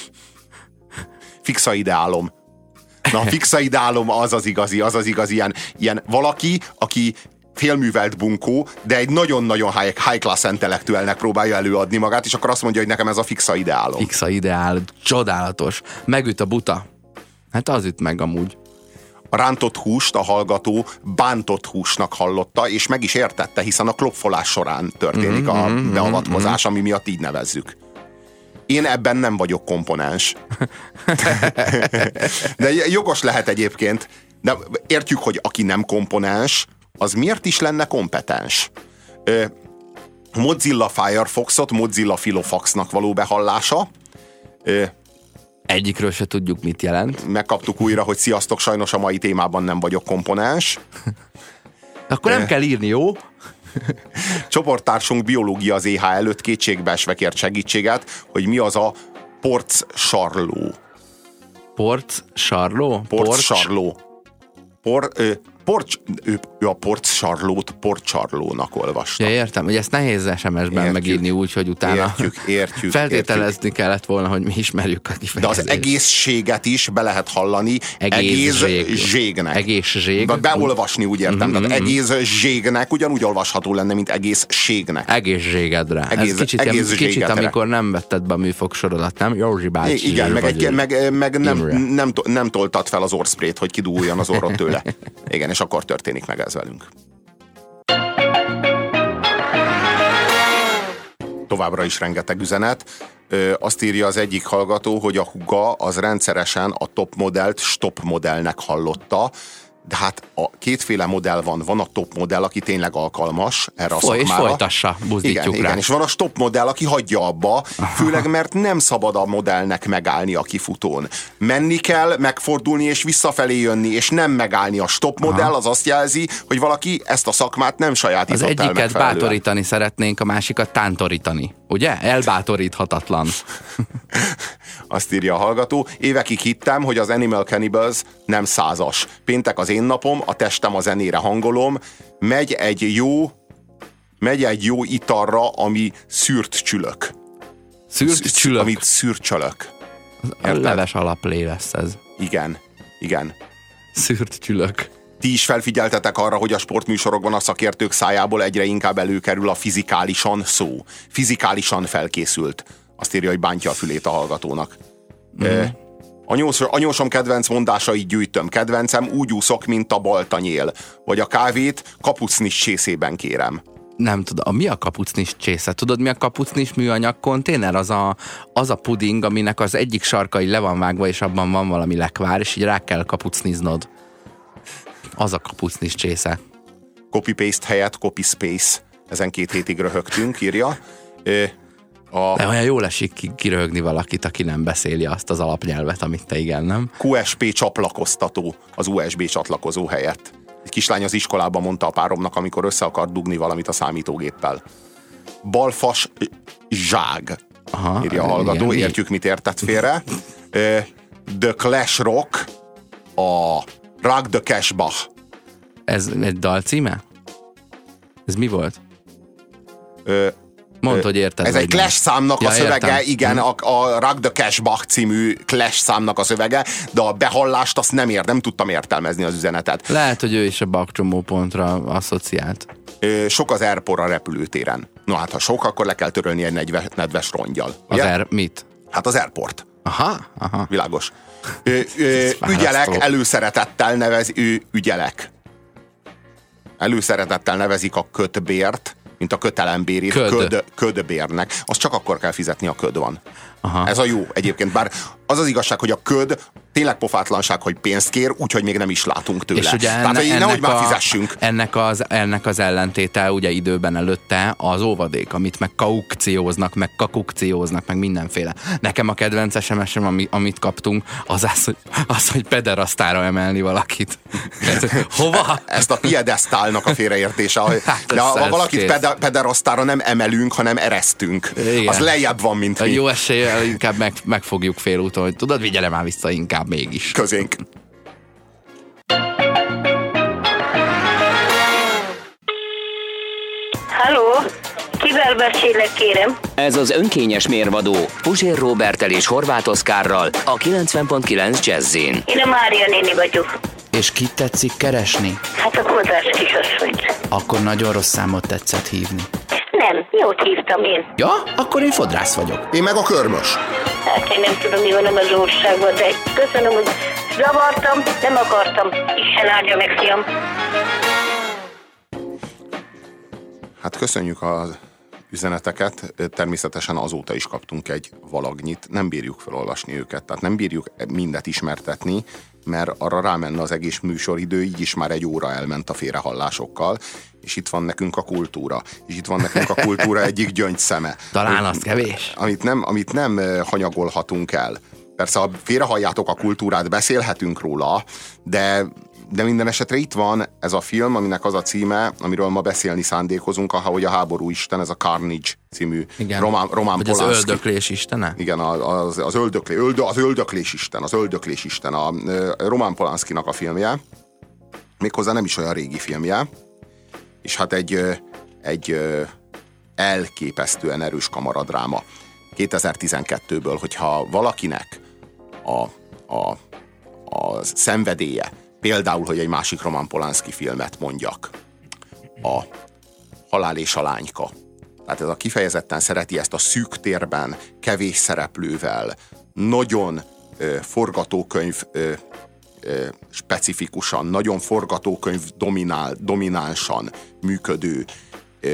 Fixa ideálom. Na, fixa ideálom az az igazi, az az igazi ilyen, ilyen valaki, aki félművelt bunkó, de egy nagyon-nagyon high, high class intellektuelnek próbálja előadni magát, és akkor azt mondja, hogy nekem ez a fixa ideálom. Fixa ideál, csodálatos. Megüt a buta. Hát az üt meg amúgy. A rántott húst a hallgató bántott húsnak hallotta, és meg is értette, hiszen a klopfolás során történik a beavatkozás, ami miatt így nevezzük. Én ebben nem vagyok komponens. De jogos lehet egyébként. De értjük, hogy aki nem komponens, az miért is lenne kompetens? Mozilla Firefoxot Mozilla Filofaxnak való behallása. Egyikről se tudjuk, mit jelent. Megkaptuk újra, hogy sziasztok, sajnos a mai témában nem vagyok komponens. Akkor nem kell írni, jó? Csoporttársunk biológia az é há előtt kétségbeesve kért segítséget, hogy mi az a porcsarló. Porcsarló? Porcsarló. Por, ö, porcs, ő, ő a porcsarlót porcsarlónak olvasta. Ja, értem, hogy ezt nehéz es em es-ben értjük, megírni úgy, hogy utána értjük, értjük, feltételezni értjük. kellett volna, hogy mi ismerjük a kifejezést. De az egészséget is be lehet hallani egész zség. zségnek. Egész zség. Beolvasni, úgy értem. Mm-hmm. Tehát egész zségnek ugyanúgy olvasható lenne, mint egész ségnek. Egész zségedre. Egész, Ez kicsit, egész kicsit zségedre. Amikor nem vetted be a műfogsorodat, nem? Józsi bácsi. Igen, meg, egy, meg, meg nem, nem, nem toltad fel az orrszprét, hogy kidúljon az orrod tőle. Igen, és akkor történik meg ez velünk. Továbbra is rengeteg üzenet. Ö, azt írja az egyik hallgató, hogy a húga az rendszeresen a top modellt stop modellnek hallotta, de hát a kétféle modell van. Van a top modell, aki tényleg alkalmas erre a Foly, szakmára. És folytassa, buzdítjuk igen, rá. Igen, és van a stop modell, aki hagyja abba, főleg mert nem szabad a modellnek megállni a kifutón. Menni kell, megfordulni és visszafelé jönni, és nem megállni. A stop modell Aha. az azt jelzi, hogy valaki ezt a szakmát nem sajátított el megfelelően. Az egyiket bátorítani szeretnénk, a másikat tántorítani. Ugye? Elbátoríthatatlan. Azt írja a hallgató. Évekig hittem, hogy az Animal Cannibals nem százas. Péntek az én napom, a testem a zenére hangolom, megy egy jó megy egy jó italra, ami szűrt csülök. Szűrt csülök? Amit szűrt csülök. A leves alaplé lesz ez. Igen, igen. Szűrt csülök. Ti is felfigyeltetek arra, hogy a sportműsorokban a szakértők szájából egyre inkább előkerül a fizikálisan szó. Fizikálisan felkészült. Azt írja, hogy bántja a fülét a hallgatónak. Mm-hmm. E, anyós, anyósom kedvenc mondásait gyűjtöm. Kedvencem, úgy úszok, mint a baltanyél. Vagy a kávét kapucnis csészében kérem. Nem tudom, mi a kapucnis csésze? Tudod, mi a kapucnis műanyag konténer? Az a, az a puding, aminek az egyik sarkai le van vágva, és abban van valami lekvár, és így rá kell kapucniznod. Az a kapucnis csésze. Copy-paste helyett copy-space. Ezen két hétig röhögtünk, írja. E, A... De olyan jól esik kiröhögni valakit, aki nem beszéli azt az alapnyelvet, amit te igen, nem? kú es pé csaplakoztató az u es bé csatlakozó helyett. Egy kislány az iskolában mondta a páromnak, amikor össze akar dugni valamit a számítógéppel. Balfas zság, Aha, írja a hallgató. Igen, értjük, mit értett félre. The Clash Rock, a Rock the Cashbach. Ez egy dal címe? Ez mi volt? Ö, Mondd, hogy érted. Ez egy Clash számnak ja, a szövege, értem. Igen, a, a Rock the Cashbach című Clash számnak a szövege, de a behallást azt nem ért, nem tudtam értelmezni az üzenetet. Lehet, hogy ő is a bakcsomópontra asszociált. Ö, sok az airport a repülőtéren. No hát, ha sok, akkor le kell törölni egy nedves, nedves rongyal. Az air, mit? Hát az airport. Aha, aha. Világos. Ö, ö, ügyelek, előszeretettel nevez, ő ügyelek. Előszeretettel nevezik a kötbért, mint a kötelembérét, köd. köd, ködbérnek. Az csak akkor kell fizetni, a köd van. Aha. Ez a jó egyébként, bár az az igazság, hogy a köd tényleg pofátlanság, hogy pénzt kér, úgyhogy még nem is látunk tőle. És ugye Tehát, enne, hogy nehogy már a, fizessünk. Ennek az, ennek az ellentéte ugye időben előtte az óvadék, amit meg kaukcióznak, meg kakukcióznak, meg mindenféle. Nekem a kedvenc es em es-em, ami, amit kaptunk, az az, hogy, az, hogy pederasztára emelni valakit. Hova? Ezt a piedesztálnak a félreértése. Hát de ha valakit peder, pederasztára nem emelünk, hanem eresztünk. Igen. Az lejjebb van, mint a mi. Jó eséllyel inkább meg, megfogjuk félúton, hogy tudod, vigyele már vissza inkább mégis. Közénk. Halló? Kivel beszélek, kérem? Ez az önkényes mérvadó Puzsér Róberttel és Horváth Oszkárral a kilencven pont kilenc Jazzin. Én a Mária néni vagyok. És kit tetszik keresni? Hát a Kodász kisasszonyt. Akkor nagyon rossz számot tetszett hívni. Nem, jót hívtam én. Ja, akkor én fodrász vagyok. Én meg a körmös. Hát én nem tudom, mi van az országban, de köszönöm, hogy Zavartam, nem akartam. Isten áldja meg, fiam. Hát köszönjük az üzeneteket, természetesen azóta is kaptunk egy valagnyit, nem bírjuk felolvasni őket, tehát nem bírjuk mindet ismertetni, mert arra rámenne az egész műsoridő, így is már egy óra elment a félrehallásokkal, és itt van nekünk a kultúra, és itt van nekünk a kultúra egyik gyöngyszeme. Talán az kevés. Amit nem, amit nem hanyagolhatunk el. Persze, ha félrehalljátok a kultúrát, beszélhetünk róla, de De minden esetre itt van ez a film, aminek az a címe, amiről ma beszélni szándékozunk, ahogy a háború isten, ez a Carnage című igen. román, román Vagy Polanski. az öldöklés istene? Igen, az, az, öldöklé, öldö, az öldöklés isten, az öldöklés isten, a, a Roman Polanskinak a filmje, méghozzá nem is olyan régi filmje, és hát egy, egy elképesztően erős kamaradráma. kétezer-tizenkettőből, hogyha valakinek a, a, a szenvedélye, például, hogy egy másik Roman Polanski filmet mondjak, a Halál és a lányka. Tehát ez a kifejezetten szereti ezt a szűk térben, kevés szereplővel, nagyon ö, forgatókönyv ö, ö, specifikusan, nagyon forgatókönyv dominál, dominánsan működő, ö,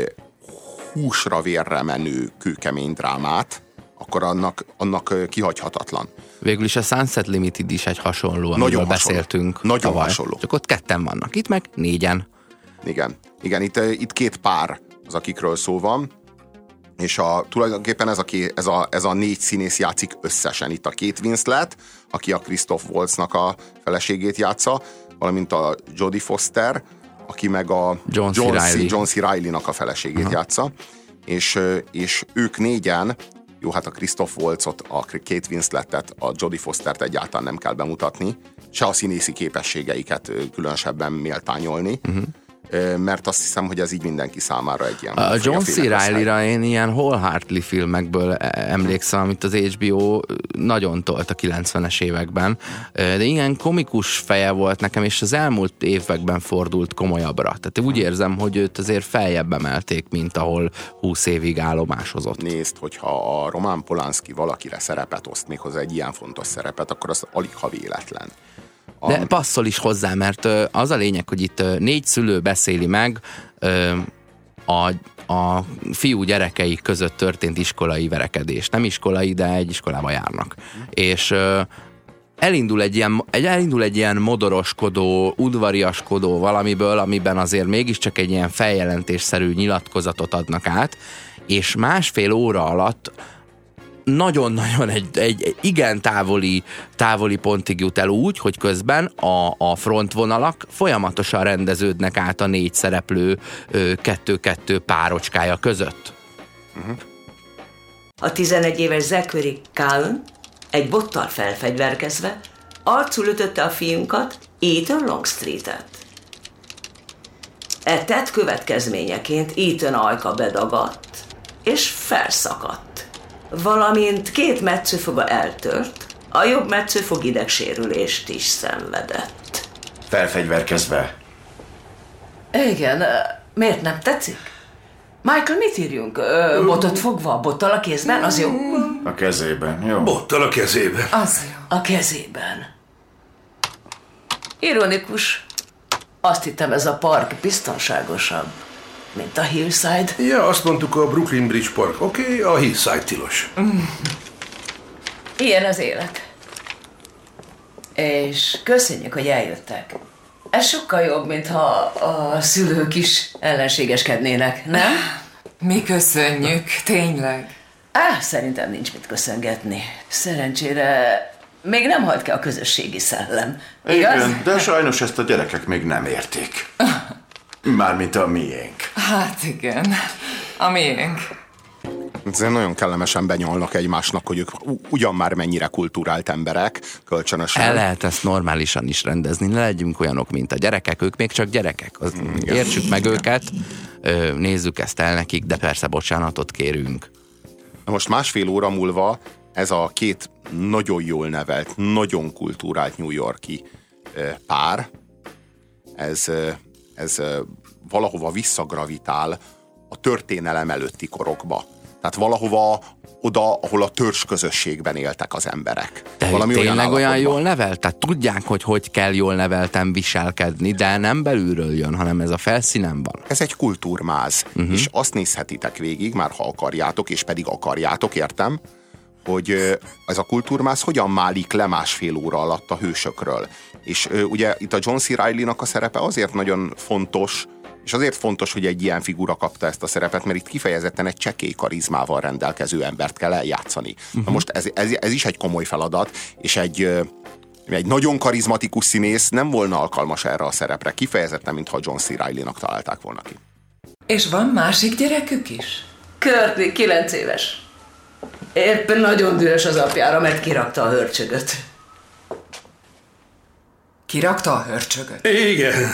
húsra vérre menő kőkemény drámát, akkor annak, annak kihagyhatatlan. Végül is a Sunset Limited is egy hasonló, amiről Nagyon beszéltünk. hasonló. Nagyon tavaly. hasonló. Csak ott ketten vannak, itt meg négyen. Igen, igen itt, itt két pár az, akikről szó van, és a, tulajdonképpen ez a, ké, ez, a, ez a négy színész játszik összesen. Itt a Kate Winslet, aki a Christoph Waltznak a feleségét játsza, valamint a Jodie Foster, aki meg a John C. John Reilly. John C. Reilly-nak a feleségét uh-huh. játsza, és, és ők négyen, jó, hát a Christoph Waltzot, a Kate Winsletet, a Jodie Fostert egyáltalán nem kell bemutatni, se a színészi képességeiket különösebben méltányolni, uh-huh. mert azt hiszem, hogy ez így mindenki számára egy ilyen... A John C. Reilly-ra én ilyen Wholeheartedly filmekből emlékszem, amit az há bé o nagyon tolt a kilencvenes években, de ilyen komikus feje volt nekem, és az elmúlt években fordult komolyabbra. Tehát úgy érzem, hogy őt azért feljebb emelték, mint ahol húsz évig állomásozott. Nézd, hogyha a Roman Polanski valakire szerepet oszt, méghozzá egy ilyen fontos szerepet, akkor az alig ha véletlen. A... De passzol is hozzá, mert az a lényeg, hogy itt négy szülő beszéli meg a, a fiú gyerekei között történt iskolai verekedés. Nem iskolai, de egy iskolába járnak. Mm. És elindul egy, ilyen, elindul egy ilyen modoroskodó, udvariaskodó valamiből, amiben azért mégiscsak egy ilyen feljelentésszerű nyilatkozatot adnak át, és másfél óra alatt nagyon-nagyon egy, egy igen távoli, távoli pontig jut el úgy, hogy közben a, a frontvonalak folyamatosan rendeződnek át a négy szereplő kettő-kettő párocskája között. Uh-huh. A tizenegy éves Zachary Cowan egy bottal felfegyverkezve arcul ütötte a fiunkat, Ethan Longstreet-et. E tett következményeként Ethan ajka bedagadt és felszakadt. Valamint két metszőfoga eltört, a jobb metszőfog idegsérülést is szenvedett. Felfegyverkezve. Igen, miért nem tetszik? Michael, mit írjunk? Ö, botot fogva, a bottal a kézben, az jó? A kezében, jó. Bottal a kezében. Az jó. A kezében. Ironikus. Azt hittem, ez a park biztonságosabb, mint a Hillside. Ja, azt mondtuk a Brooklyn Bridge Park. Oké, okay, a Hillside tilos. Mm. Ilyen az élet. És köszönjük, hogy eljöttek. Ez sokkal jobb, mintha a szülők is ellenségeskednének, nem? Mi köszönjük, tényleg. Á, szerintem nincs mit köszöngetni. Szerencsére még nem halt ki a közösségi szellem. Igaz? Igen, de sajnos ezt a gyerekek még nem érték. Mármint a miénk. Hát igen, a miénk. Ezért nagyon kellemesen benyolnak egymásnak, hogy ők ugyan már mennyire kulturált emberek, kölcsönösen. El lehet ezt normálisan is rendezni, ne legyünk olyanok, mint a gyerekek, ők még csak gyerekek. Az, értsük meg őket, nézzük ezt el nekik, de persze bocsánatot kérünk. Na most másfél óra múlva ez a két nagyon jól nevelt, nagyon kultúrált New York-i pár, ez, ez valahova visszagravitál a történelem előtti korokba. Tehát valahova oda, ahol a törzsközösségben éltek az emberek. De valami tényleg olyan, olyan jól nevelt? nevelt? Tehát tudják, hogy hogy kell jól nevelten viselkedni, de nem belülről jön, hanem ez a felszínen van. Ez egy kultúrmáz, uh-huh. és azt nézhetitek végig, már ha akarjátok, és pedig akarjátok, értem, hogy ez a kultúrmáz hogyan málik le másfél óra alatt a hősökről. És ugye itt a John C. Reilly-nak a szerepe azért nagyon fontos, és azért fontos, hogy egy ilyen figura kapta ezt a szerepet, mert itt kifejezetten egy csekély karizmával rendelkező embert kell eljátszani. Uh-huh. Na most ez, ez, ez is egy komoly feladat, és egy, egy nagyon karizmatikus színész nem volna alkalmas erre a szerepre, kifejezetten, mintha John C. Reilly-nak találták volna ki. És van másik gyerekük is? Courtney, kilenc éves. Éppen nagyon dühös az apjára, mert kirakta a hörcsögöt. Kirakta a hörcsögöt? Igen.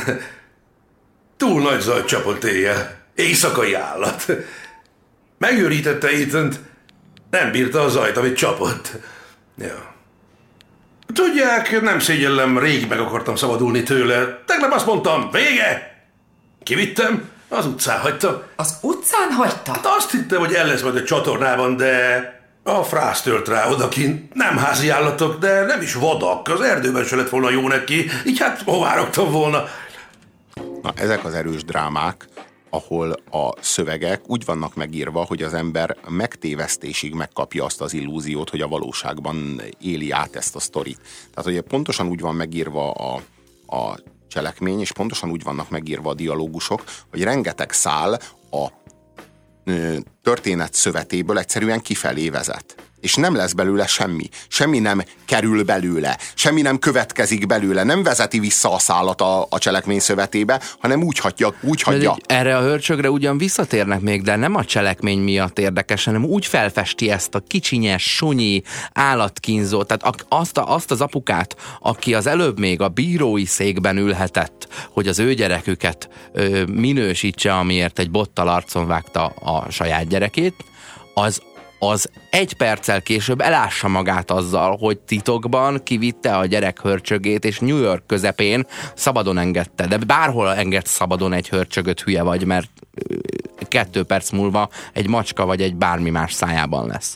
Túl nagy zajt csapott éjjel. Éjszakai állat. Megőrítette Ethan-t. Nem bírta a zajt, amit csapott. Ja. Tudják, nem szégyellem, rég meg akartam szabadulni tőle. Tegnap azt mondtam, vége! Kivittem, az utcán hagytam. Az utcán hagyta? Hát azt hittem, hogy el lesz majd a csatornában, de a frász tört rá odakint. Nem házi állatok, de nem is vadak. Az erdőben se lett volna jó neki, így hát hová raktam volna. Na, ezek az erős drámák, ahol a szövegek úgy vannak megírva, hogy az ember megtévesztésig megkapja azt az illúziót, hogy a valóságban éli át ezt a sztorit. Tehát, hogy pontosan úgy van megírva a, a cselekmény, és pontosan úgy vannak megírva a dialógusok, hogy rengeteg szál a ö, történet szövetéből egyszerűen kifelé vezet. És nem lesz belőle semmi. Semmi nem kerül belőle. Semmi nem következik belőle. Nem vezeti vissza a szálat a, a cselekmény szövetébe, hanem úgy hagyja. Úgy hagyja. Erre a hörcsögre ugyan visszatérnek még, de nem a cselekmény miatt érdekes, hanem úgy felfesti ezt a kicsinyes, sunyi, állatkínzó, tehát azt, a, azt az apukát, aki az előbb még a bírói székben ülhetett, hogy az ő gyereküket ö, minősítse, amiért egy bottal arcon vágta a saját gyerekét, az az egy perccel később elássa magát azzal, hogy titokban kivitte a gyerek hörcsögét, és New York közepén szabadon engedte. De bárhol engedsz szabadon egy hörcsögöt, hülye vagy, mert kettő perc múlva egy macska vagy egy bármi más szájában lesz.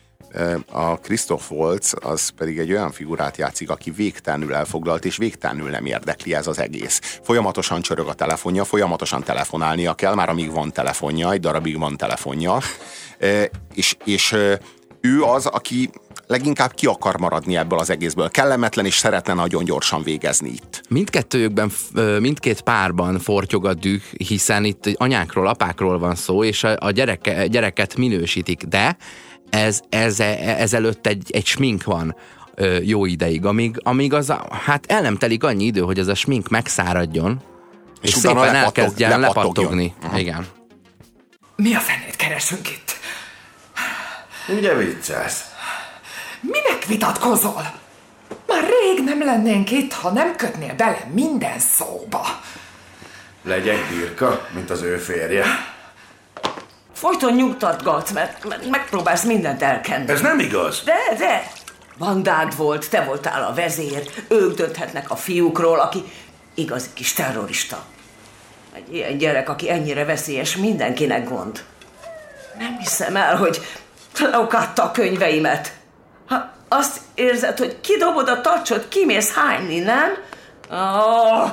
A Christoph Waltz az pedig egy olyan figurát játszik, aki végtelenül elfoglalt, és végtelenül nem érdekli ez az egész. Folyamatosan csörög a telefonja, folyamatosan telefonálnia kell, már amíg van telefonja, egy darabig van telefonja, és, és ő az, aki leginkább ki akar maradni ebből az egészből. Kellemetlen, és szeretne nagyon gyorsan végezni itt. Mindkettőjükben, mindkét párban fortyog a düh, hiszen itt anyákról, apákról van szó, és a gyereke, gyereket minősítik, de Ez, ez, ezelőtt egy, egy smink van ö, jó ideig, amíg, amíg az a, hát el nem telik annyi idő, hogy az a smink megszáradjon, és, és szépen lepattog, elkezdjen lepattogni. Uh-huh. Igen. Mi a fenét keresünk itt? Ugye viccelsz? Minek vitatkozol? Már rég nem lennénk itt, ha nem kötnél bele minden szóba. Legyek birka, mint az ő férje. Folyton nyugtatgatsz, mert, mert megpróbálsz mindent elkenni. Ez nem igaz. De, de. Bandád volt, te voltál a vezér, ők dönthetnek a fiúkról, aki igazi kis terrorista. Egy ilyen gyerek, aki ennyire veszélyes, mindenkinek gond. Nem hiszem el, hogy leokatta a könyveimet. Ha azt érzed, hogy kidobod a tacsot, kimész hányni, nem? Oh.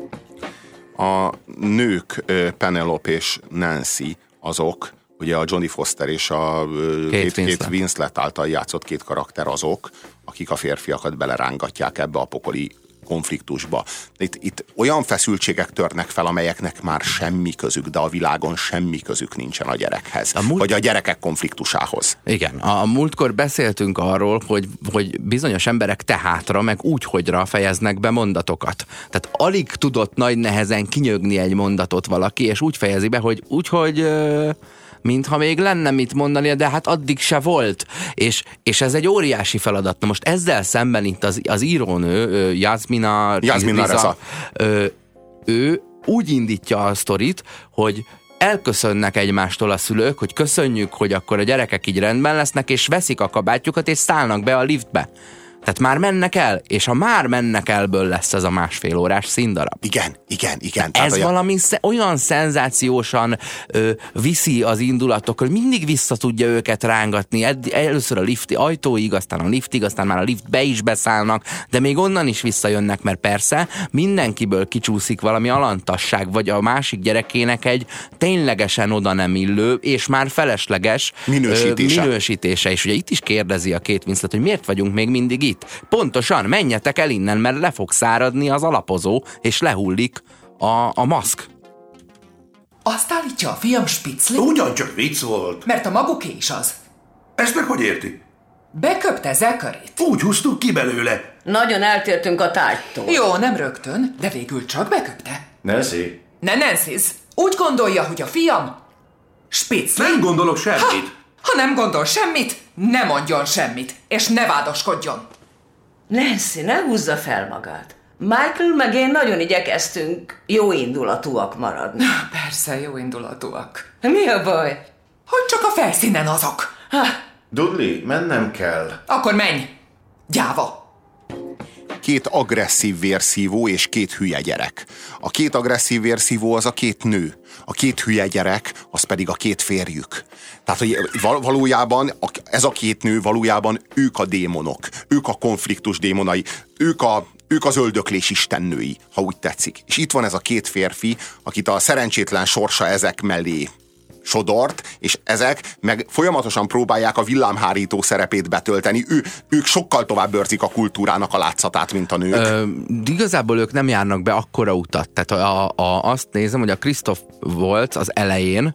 A nők, Penelope és Nancy, azok, ugye a Jodie Foster és a Kate Winslet. Winslet által játszott két karakter azok, akik a férfiakat belerángatják ebbe a pokoli konfliktusba. Itt, itt olyan feszültségek törnek fel, amelyeknek már semmi közük, de a világon semmi közük nincsen a gyerekhez, a múlt... vagy a gyerekek konfliktusához. Igen, a, a múltkor beszéltünk arról, hogy, hogy bizonyos emberek tehátra, meg úgyhogyra fejeznek be mondatokat. Tehát alig tudott nagy nehezen kinyögni egy mondatot valaki, és úgy fejezi be, hogy úgyhogy... Ö... mintha még lenne mit mondani, de hát addig se volt. És, és ez egy óriási feladat. Na most ezzel szemben itt az, az írónő, Jasmina, Jasmina Reza, ő úgy indítja a sztorit, hogy elköszönnek egymástól a szülők, hogy köszönjük, hogy akkor a gyerekek így rendben lesznek, és veszik a kabátjukat, és szállnak be a liftbe. Tehát már mennek el, és a már mennek elből lesz ez a másfél órás színdarab. Igen, igen, igen. Ez olyan... valami sze- olyan szenzációsan ö, viszi az indulatokkal, hogy mindig vissza tudja őket rángatni. Ed- először a lifti ajtóig, aztán a liftig, aztán már a liftbe is beszállnak, de még onnan is visszajönnek, mert persze mindenkiből kicsúszik valami alantasság, vagy a másik gyerekének egy ténylegesen oda nem illő, és már felesleges minősítése. Ö, minősítése. És ugye itt is kérdezi a Kate Winslet, hogy miért vagyunk még mindig itt. Pontosan, menjetek el innen, mert le fog száradni az alapozó, és lehullik a, a maszk. Azt állítja a fiam Spitzli? Ugyancsak vicc volt. Mert a maguké is az. Ezt meg hogy érti? Beköpte Zekarét. Úgy húztuk ki belőle. Nagyon eltértünk a tárgytól. Jó, nem rögtön, de végül csak beköpte. Nancy? Ne Nancyz, úgy gondolja, hogy a fiam Spitzli. Nem gondolok semmit. Ha, ha nem gondol semmit, ne mondjon semmit, és ne vádaskodjon. Nancy, ne húzza fel magát. Michael meg én nagyon igyekeztünk jó indulatúak maradni. Persze, jó indulatúak. Mi a baj? Hogy csak a felszínen azok. Ha, Dudley, mennem kell. akkor menj. Gyáva. Két agresszív vérszívó és két hülye gyerek. A két agresszív vérszívó az a két nő. A két hülye gyerek, az pedig a két férjük. Tehát, hogy valójában ez a két nő valójában ők a démonok. Ők a konfliktus démonai. Ők, a, ők az öldöklés istennői, ha úgy tetszik. És itt van ez a két férfi, akit a szerencsétlen sorsa ezek mellé sodort, és ezek meg folyamatosan próbálják a villámhárító szerepét betölteni. Ő, ők sokkal tovább őrzik a kultúrának a látszatát, mint a nők. Ö, igazából ők nem járnak be akkora utat. Tehát a, a, azt nézem, hogy a Christoph Waltz az elején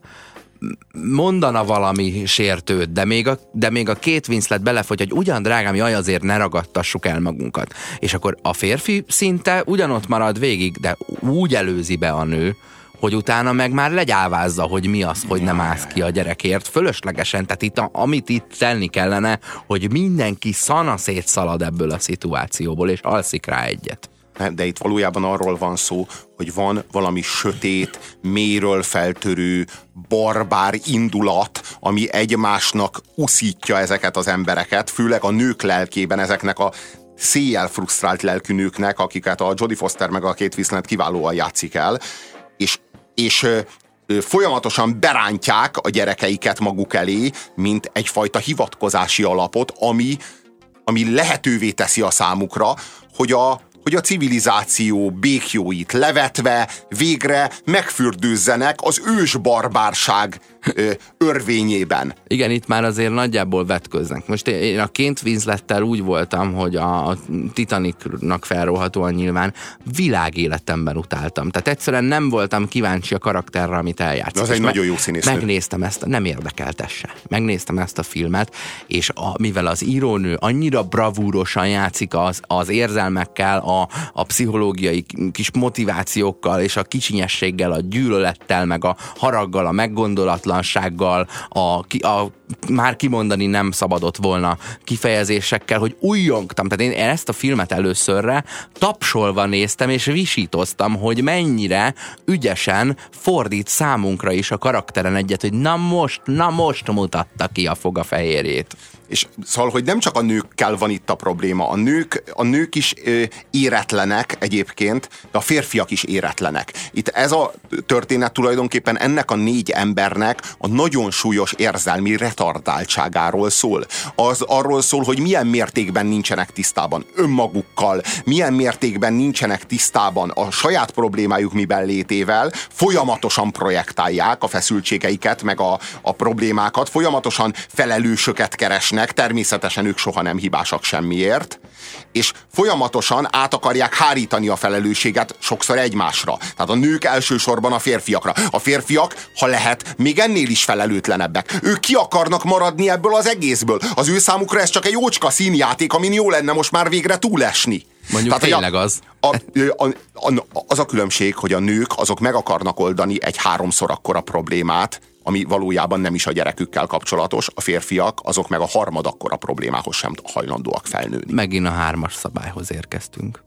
mondana valami sértőt, de még a, de még a Kate Winslet belefogy, hogy ugyan drágám, jaj, azért ne ragadtassuk el magunkat. És akkor a férfi szinte ugyanott marad végig, de úgy előzi be a nő, hogy utána meg már legyávázza, hogy mi az, hogy nem állsz ki a gyerekért. Fölöslegesen, tehát itt, a, amit itt tenni kellene, hogy mindenki szanaszét szalad ebből a szituációból, és alszik rá egyet. De itt valójában arról van szó, hogy van valami sötét, mélyről feltörő, barbár indulat, ami egymásnak uszítja ezeket az embereket, főleg a nők lelkében, ezeknek a széjjel frusztrált lelkű nőknek, akiket a Jodie Foster meg a Kate Winslet kiválóan játszik el, és, és ö, ö, folyamatosan berántják a gyerekeiket maguk elé, mint egyfajta hivatkozási alapot, ami, ami lehetővé teszi a számukra, hogy a, hogy a civilizáció békjóit levetve végre megfürdőzzenek az ős barbárság ö, örvényében. Igen, itt már azért nagyjából vetköznek. Most én a Kate Winslettel úgy voltam, hogy a Titanicnak felróhatóan nyilván világéletemben utáltam. Tehát egyszerűen nem voltam kíváncsi a karakterre, amit eljátszik. Az egy nagyon jó színésznő. Megnéztem ezt, nem érdekelt ez se. Megnéztem ezt a filmet, és a, mivel az írónő annyira bravúrosan játszik az, az érzelmekkel, a, a pszichológiai kis motivációkkal, és a kicsinyességgel, a gyűlölettel, meg a haraggal, a meggondolatlansággal, a, a már kimondani nem szabadott volna kifejezésekkel, hogy újjongtam. Tehát én ezt a filmet előszörre tapsolva néztem, és visítoztam, hogy mennyire ügyesen fordít számunkra is a karakteren egyet, hogy na most, na most mutatta ki a fogafehérjét. És szóval, hogy nem csak a nőkkel van itt a probléma, a nők, a nők is ö, éretlenek egyébként, de a férfiak is éretlenek. Itt ez a történet tulajdonképpen ennek a négy embernek a nagyon súlyos érzelmi retardáltságáról szól. Az arról szól, hogy milyen mértékben nincsenek tisztában önmagukkal, milyen mértékben nincsenek tisztában a saját problémájuk miben létével, folyamatosan projektálják a feszültségeiket, meg a, a problémákat, folyamatosan felelősöket keresnek, természetesen ők soha nem hibásak semmiért, és folyamatosan át akarják hárítani a felelősséget sokszor egymásra. Tehát a nők elsősorban a férfiakra. A férfiak, ha lehet, még ennél is felelőtlenebbek. Ők ki akarnak maradni ebből az egészből. Az ő számukra ez csak egy jócska színjáték, amin jó lenne most már végre túlesni. Mondjuk Tehát, tényleg a, az. A, a, a, az a különbség, hogy a nők azok meg akarnak oldani egy háromszor akkora problémát, ami valójában nem is a gyerekükkel kapcsolatos, a férfiak azok meg a harmad akkora problémához sem hajlandóak felnőni. Megint a hármas szabályhoz érkeztünk.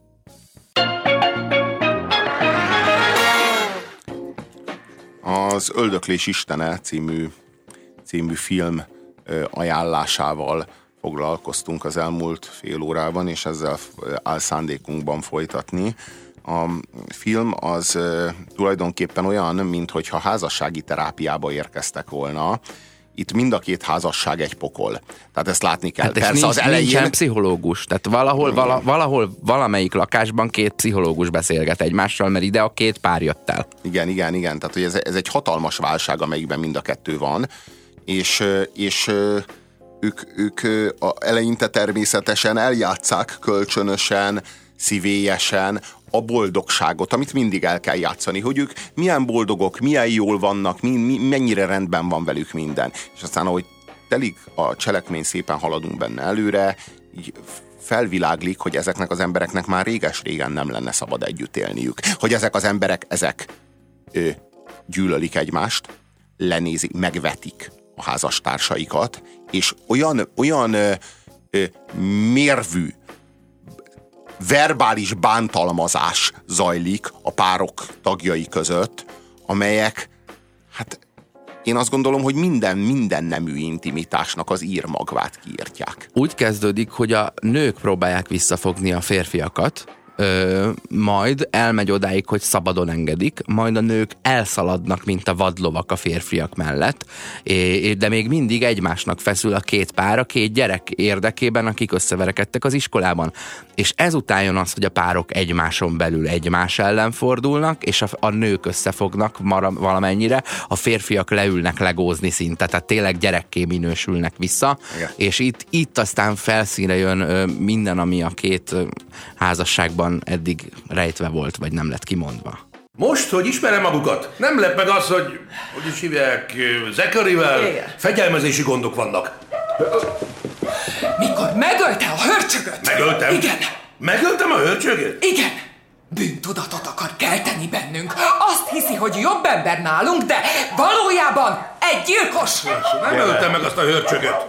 Az Öldöklés istene című, című film ajánlásával foglalkoztunk az elmúlt fél órában, és ezzel áll szándékunkban folytatni. A film az tulajdonképpen olyan, minthogyha házassági terápiába érkeztek volna. Itt mind a két házasság egy pokol. Tehát ezt látni kell. Hát Persze nincs, az elején... nincsen pszichológus. Tehát valahol, vala, valahol valamelyik lakásban két pszichológus beszélget egymással, mert ide a két pár jött el. Igen, igen, igen. Tehát hogy ez, ez egy hatalmas válság, amelyikben mind a kettő van. És, és ők, ők eleinte természetesen eljátsszák kölcsönösen, szívélyesen a boldogságot, amit mindig el kell játszani, hogy ők milyen boldogok, milyen jól vannak, mi, mi, mennyire rendben van velük minden. És aztán, ahogy telik a cselekmény, szépen haladunk benne előre, így felviláglik, hogy ezeknek az embereknek már réges-régen nem lenne szabad együtt élniük. Hogy ezek az emberek, ezek ö, gyűlölik egymást, lenézik, megvetik a házastársaikat, és olyan, olyan ö, ö, mérvű, verbális bántalmazás zajlik a párok tagjai között, amelyek, hát én azt gondolom, hogy minden, minden nemű intimitásnak az írmagvát kiírtják. Úgy kezdődik, hogy a nők próbálják visszafogni a férfiakat, Ö, majd elmegy odáig, hogy szabadon engedik, majd a nők elszaladnak, mint a vadlovak a férfiak mellett, é, de még mindig egymásnak feszül a két pár, a két gyerek érdekében, akik összeverekedtek az iskolában. És ezután jön az, hogy a párok egymáson belül egymás ellen fordulnak, és a, a nők összefognak mara, valamennyire, a férfiak leülnek legózni szinte, tehát tényleg gyerekké minősülnek vissza, igen. És itt, itt aztán felszínre jön ö, minden, ami a két ö, házasságban eddig rejtve volt, vagy nem lett kimondva. Most, hogy ismerem magukat, nem lep meg az, hogy hogy is hívják, Zakarivel fegyelmezési gondok vannak. Mikor megölte a hörcsögöt? Megöltem? Igen. Megöltem a hörcsögöt? Igen. Bűntudatot akar kelteni bennünk. Azt hiszi, hogy jobb ember nálunk, de valójában egy gyilkos. Nem öltem meg azt a hörcsögöt.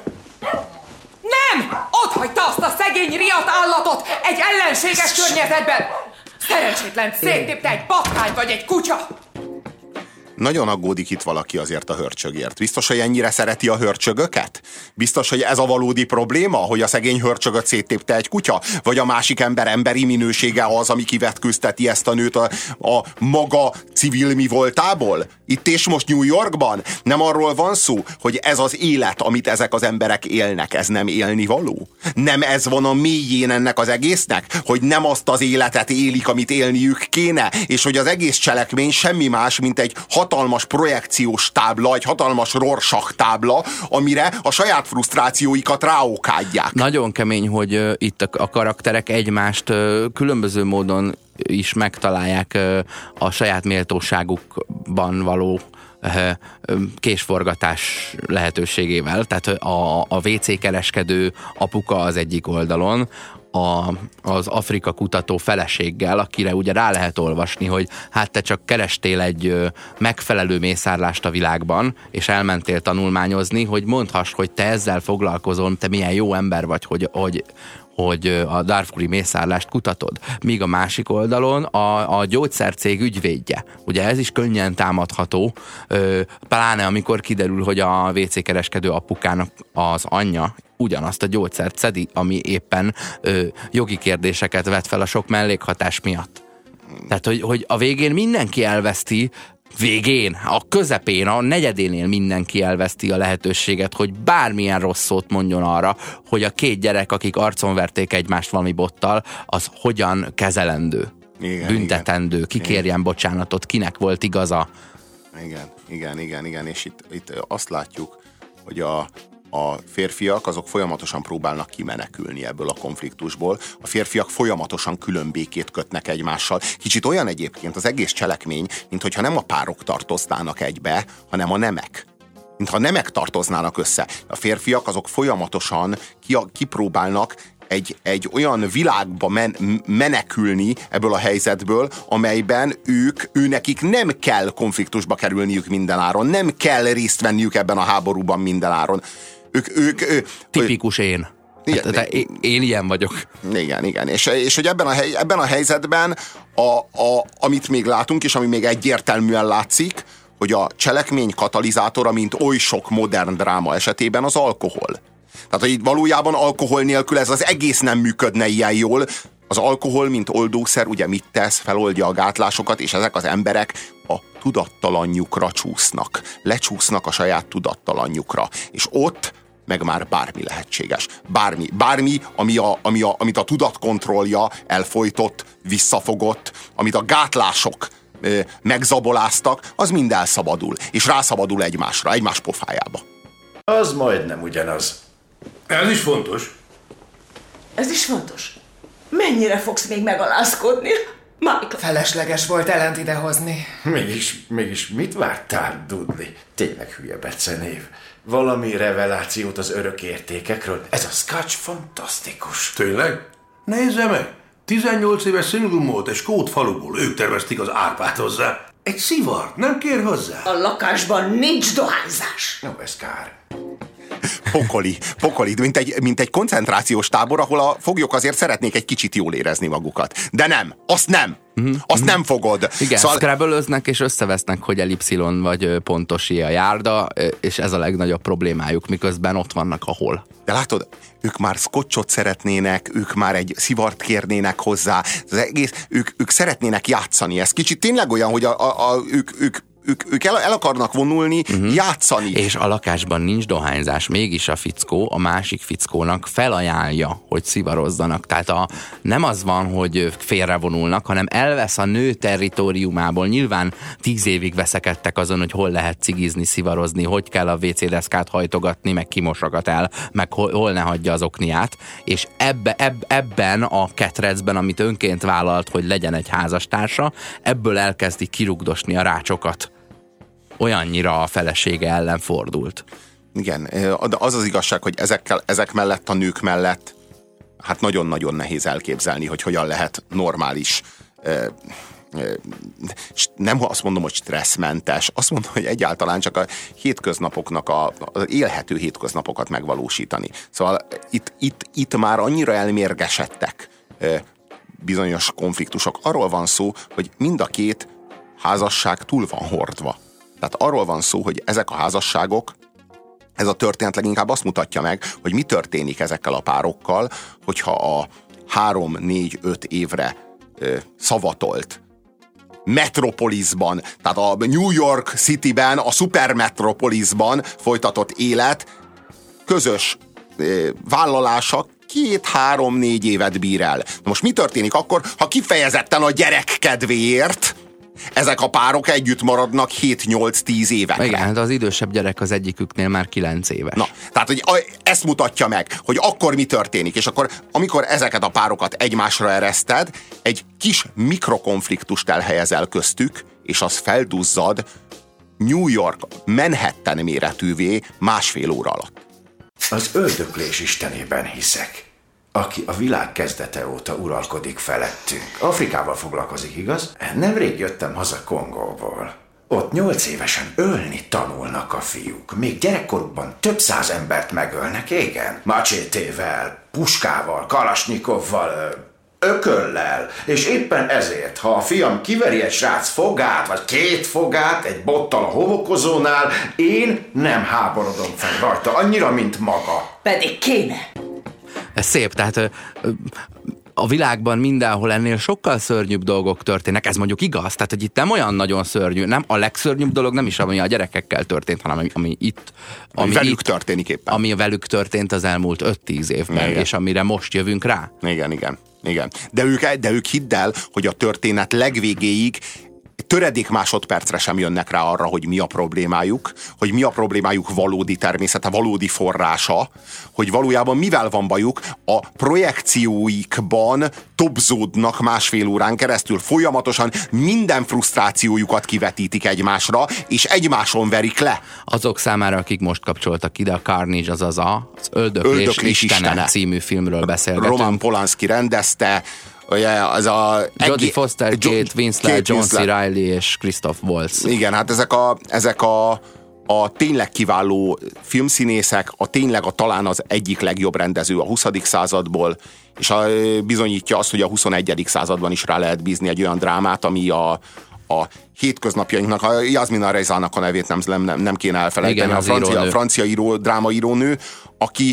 Nem! Ott hagyta azt a szegény riadt állatot egy ellenséges környezetben! Szerencsétlen széttépte egy patkány vagy egy kutya! Nagyon aggódik itt valaki azért a hörcsögért. Biztos, hogy ennyire szereti a hörcsögöket? Biztos, hogy ez a valódi probléma, hogy a szegény hörcsögöt széttépte egy kutya? Vagy a másik ember emberi minősége az, ami kivetközteti ezt a nőt a, a maga civil mi voltából? Itt és most New Yorkban? Nem arról van szó, hogy ez az élet, amit ezek az emberek élnek, ez nem élni való? Nem ez van a mélyén ennek az egésznek? Hogy nem azt az életet élik, amit élniük kéne? És hogy az egész cselekmény semmi más, mint egy hatalmas projekciós tábla, egy hatalmas Rorschach tábla, amire a saját frusztrációikat ráokádják. Nagyon kemény, hogy uh, itt a, a karakterek egymást uh, különböző módon is megtalálják uh, a saját méltóságukban való uh, késforgatás lehetőségével. Tehát a, a vé cé kereskedő apuka az egyik oldalon, A, az Afrika kutató feleséggel, akire ugye rá lehet olvasni, hogy hát te csak kerestél egy ö, megfelelő mészárlást a világban, és elmentél tanulmányozni, hogy mondhass, hogy te ezzel foglalkozol, te milyen jó ember vagy, hogy, hogy, hogy a Darfuri mészárlást kutatod. Míg a másik oldalon a, a gyógyszercég ügyvédje. Ugye ez is könnyen támadható, ö, pláne amikor kiderül, hogy a vé cé kereskedő apukának az anyja ugyanazt a gyógyszert szedi, ami éppen ö, jogi kérdéseket vet fel a sok mellékhatás miatt. Tehát, hogy, hogy a végén mindenki elveszti, végén, a közepén, a negyedénél mindenki elveszti a lehetőséget, hogy bármilyen rossz szót mondjon arra, hogy a két gyerek, akik arcon verték egymást valami bottal, az hogyan kezelendő, igen, büntetendő, igen. Kikérjen igen. bocsánatot, kinek volt igaza. Igen, igen, igen, igen, és itt, itt azt látjuk, hogy a A férfiak azok folyamatosan próbálnak kimenekülni ebből a konfliktusból. A férfiak folyamatosan különbékét kötnek egymással. Kicsit olyan egyébként az egész cselekmény, minthogyha nem a párok tartoznának egybe, hanem a nemek. Mintha a nemek tartoznának össze. A férfiak azok folyamatosan ki, kipróbálnak egy, egy olyan világba men, menekülni ebből a helyzetből, amelyben ők, őnekik nem kell konfliktusba kerülniük mindenáron, nem kell részt venniük ebben a háborúban mindenáron. Ők, ők, ő, Tipikus én. Igen, hát, én, én ilyen vagyok. Igen, igen. És, és hogy ebben a, hely, ebben a helyzetben, a, a, amit még látunk, és ami még egyértelműen látszik, hogy a cselekmény katalizátora, mint oly sok modern dráma esetében az alkohol. Tehát, hogy valójában alkohol nélkül ez az egész nem működne ilyen jól. Az alkohol, mint oldószer, ugye mit tesz? Feloldja a gátlásokat, és ezek az emberek a tudattalanjukra csúsznak. Lecsúsznak a saját tudattalanjukra. És ott meg már bármi lehetséges. Bármi, bármi ami a, ami a, amit a tudatkontrollja elfojtott, visszafogott, amit a gátlások ö, megzaboláztak, az mind elszabadul. És rászabadul egymásra, egymás pofájába. Az majdnem ugyanaz. Ez is fontos. Ez is fontos. Mennyire fogsz még megalázkodni? Michael. Felesleges volt ellent idehozni. Mégis, mégis mit vártál, Dudley? Tényleg hülye becenév. Valami revelációt az örök értékekről. Ez a Scotch fantasztikus. Tényleg? Nézze meg! tizennyolc éves single malt és Skót faluból ők tervezték az árpát hozzá. Egy szivart nem kér hozzá. A lakásban nincs dohányzás. No, ez kár. Pokoli, pokoli, mint egy, mint egy koncentrációs tábor, ahol a foglyok azért szeretnék egy kicsit jól érezni magukat. De nem, azt nem. Mm-hmm. Azt nem fogod. Igen, szóval... scrabble-öznek és összevesznek, hogy elipszilon vagy pontosi a járda, és ez a legnagyobb problémájuk, miközben ott vannak, ahol. De látod, ők már scotchot szeretnének, ők már egy szivart kérnének hozzá, az egész, ők, ők szeretnének játszani. Ez kicsit tényleg olyan, hogy a, a, a, ők, ők Ők, ők el, el akarnak vonulni, uh-huh. játszani. És a lakásban nincs dohányzás, mégis a fickó a másik fickónak felajánlja, hogy szivarozzanak. Tehát a, nem az van, hogy félrevonulnak, hanem elvesz a nő territóriumából. Nyilván tíz évig veszekedtek azon, hogy hol lehet cigizni, szivarozni, hogy kell a vé cé deszkát hajtogatni, meg kimosogat el, meg hol, hol ne hagyja az okniát. És ebbe, eb, ebben a ketrecben, amit önként vállalt, hogy legyen egy házastársa, ebből elkezdi kirugdosni a rácsokat. Olyannyira a felesége ellen fordult. Igen, de az az igazság, hogy ezekkel, ezek mellett, a nők mellett hát nagyon-nagyon nehéz elképzelni, hogy hogyan lehet normális, nem azt mondom, hogy stresszmentes, azt mondom, hogy egyáltalán csak a hétköznapoknak, a, az élhető hétköznapokat megvalósítani. Szóval itt, itt, itt már annyira elmérgesedtek bizonyos konfliktusok. Arról van szó, hogy mind a két házasság túl van hordva. Tehát arról van szó, hogy ezek a házasságok, ez a történet leginkább azt mutatja meg, hogy mi történik ezekkel a párokkal, hogyha a három, négy, öt évre ö, szavatolt metropolisban, tehát a New York Cityben, a szupermetropolisban folytatott élet közös ö, vállalása két, három, négy évet bír el. Na most mi történik akkor, ha kifejezetten a gyerek kedvéért ezek a párok együtt maradnak hét nyolc tíz évekre? Igen, hát az idősebb gyerek az egyiküknél már kilenc éves. Na, tehát hogy ezt mutatja meg, hogy akkor mi történik, és akkor amikor ezeket a párokat egymásra ereszted, egy kis mikrokonfliktust elhelyezel köztük, és az felduzzad New York, Manhattan méretűvé másfél óra alatt. Az öldöklés istenében hiszek, aki a világ kezdete óta uralkodik felettünk. Afrikával foglalkozik, igaz? Nemrég jöttem haza Kongóból. Ott nyolc évesen ölni tanulnak a fiúk. Még gyerekkorukban több száz embert megölnek, igen. Macsétével, puskával, kalasnyikovval, ököllel. És éppen ezért, ha a fiam kiveri egy srác fogát, vagy két fogát egy bottal a homokozónál, én nem háborodom fel rajta, annyira, mint maga. Pedig kéne. Ez szép, tehát a világban mindenhol ennél sokkal szörnyűbb dolgok történnek, ez mondjuk igaz, tehát hogy itt nem olyan nagyon szörnyű, nem a legszörnyűbb dolog nem is ami a gyerekekkel történt, hanem ami, ami itt, ami, ami velük itt, történik éppen. Ami velük történt az elmúlt öt-tíz évben, igen. És amire most jövünk rá. Igen, igen, igen. De ők, de ők hidd el, hogy a történet legvégéig töredék másodpercre sem jönnek rá arra, hogy mi a problémájuk, hogy mi a problémájuk valódi természete, valódi forrása, hogy valójában mivel van bajuk, a projekcióikban tobzódnak másfél órán keresztül, folyamatosan minden frusztrációjukat kivetítik egymásra, és egymáson verik le. Azok számára, akik most kapcsoltak ide, a Carnage, azaz az Öldöklés, Öldöklés Istene, Istene című filmről beszélgetünk. Roman Polanski rendezte, ugye, az a... Jodie Foster, Kate Winslet, Kate John C. Reilly és Christoph Waltz. Igen, hát ezek a, ezek a, a tényleg kiváló filmszínészek, a tényleg a talán az egyik legjobb rendező a huszadik századból, és a, bizonyítja azt, hogy a huszonegyedik században is rá lehet bízni egy olyan drámát, ami a, a hétköznapjainknak, a Jasmina Rezának a nevét nem, nem, nem kéne elfelejteni, igen, a francia, francia író, drámaírónő, aki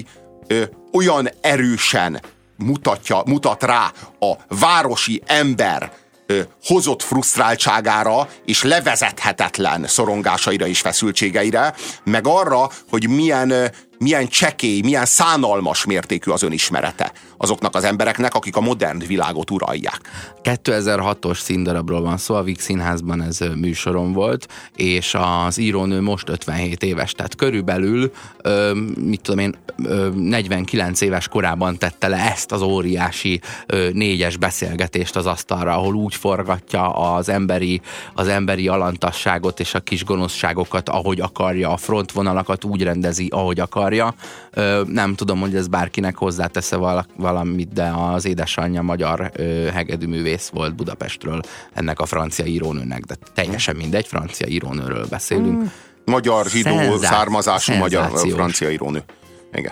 ö, olyan erősen mutatja, mutat rá a városi ember ö, hozott frusztráltságára és levezethetetlen szorongásaira és feszültségeire, meg arra, hogy milyen, ö, milyen csekély, milyen szánalmas mértékű az önismerete azoknak az embereknek, akik a modern világot uralják. kétezer-hatos színdarabról van szó, a Víg Színházban ez műsorom volt, és az írónő most ötvenhét éves, tehát körülbelül, ö, mit tudom én, ö, negyvenkilenc éves korában tette le ezt az óriási ö, négyes beszélgetést az asztalra, ahol úgy forgatja az emberi, az emberi alantasságot és a kis gonoszságokat, ahogy akarja, a frontvonalakat úgy rendezi, ahogy akarja. Ö, nem tudom, hogy ez bárkinek hozzátesz-e valaki valamit, de az édesanyja magyar ö, hegedűművész volt Budapestről, ennek a francia írónőnek, de teljesen mindegy, francia írónőről beszélünk. Mm. Magyar zsidó Szenzá- származású magyar szenzációs. francia írónő. Igen.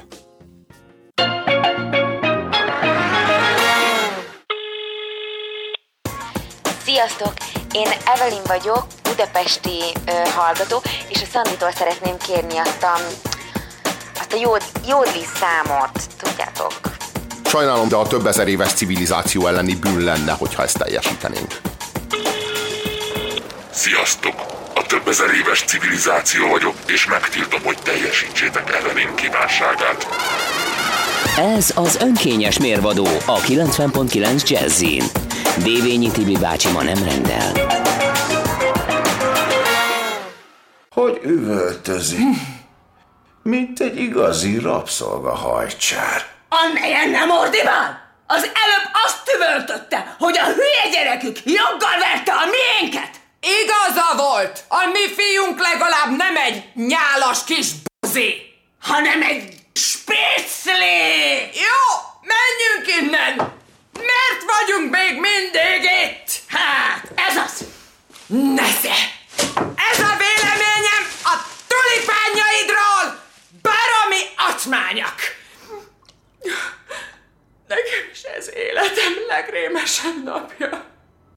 Sziasztok! Én Evelyn vagyok, budapesti ö, hallgató, és a Szanditól szeretném kérni azt a, azt a jód, jódli számot, tudjátok? Sajnálom, de a több ezer éves civilizáció elleni bűn lenne, hogyha ezt teljesítenénk. Sziasztok! A több ezer éves civilizáció vagyok, és megtiltom, hogy teljesítsétek Evelyn kívánságát. Ez az önkényes mérvadó a kilencven pont kilenc Jazzin. Dévényi Tibi bácsi ma nem rendel. Hogy üvöltözik, mint egy igazi rabszolgahajcsár. Amelyen nem ordibál! Az előbb azt üvöltötte, hogy a hülye gyerekük joggal verte a miénket! Igaza volt! A mi fiunk legalább nem egy nyálas kis buzi, Hanem egy spécli! Jó, menjünk innen! Miért vagyunk még mindig itt? Hát, ez az! Nesze! Ez a véleményem a tulipánjaidról! Baromi acsmányak! Nekem is ez életem legrémesebb napja.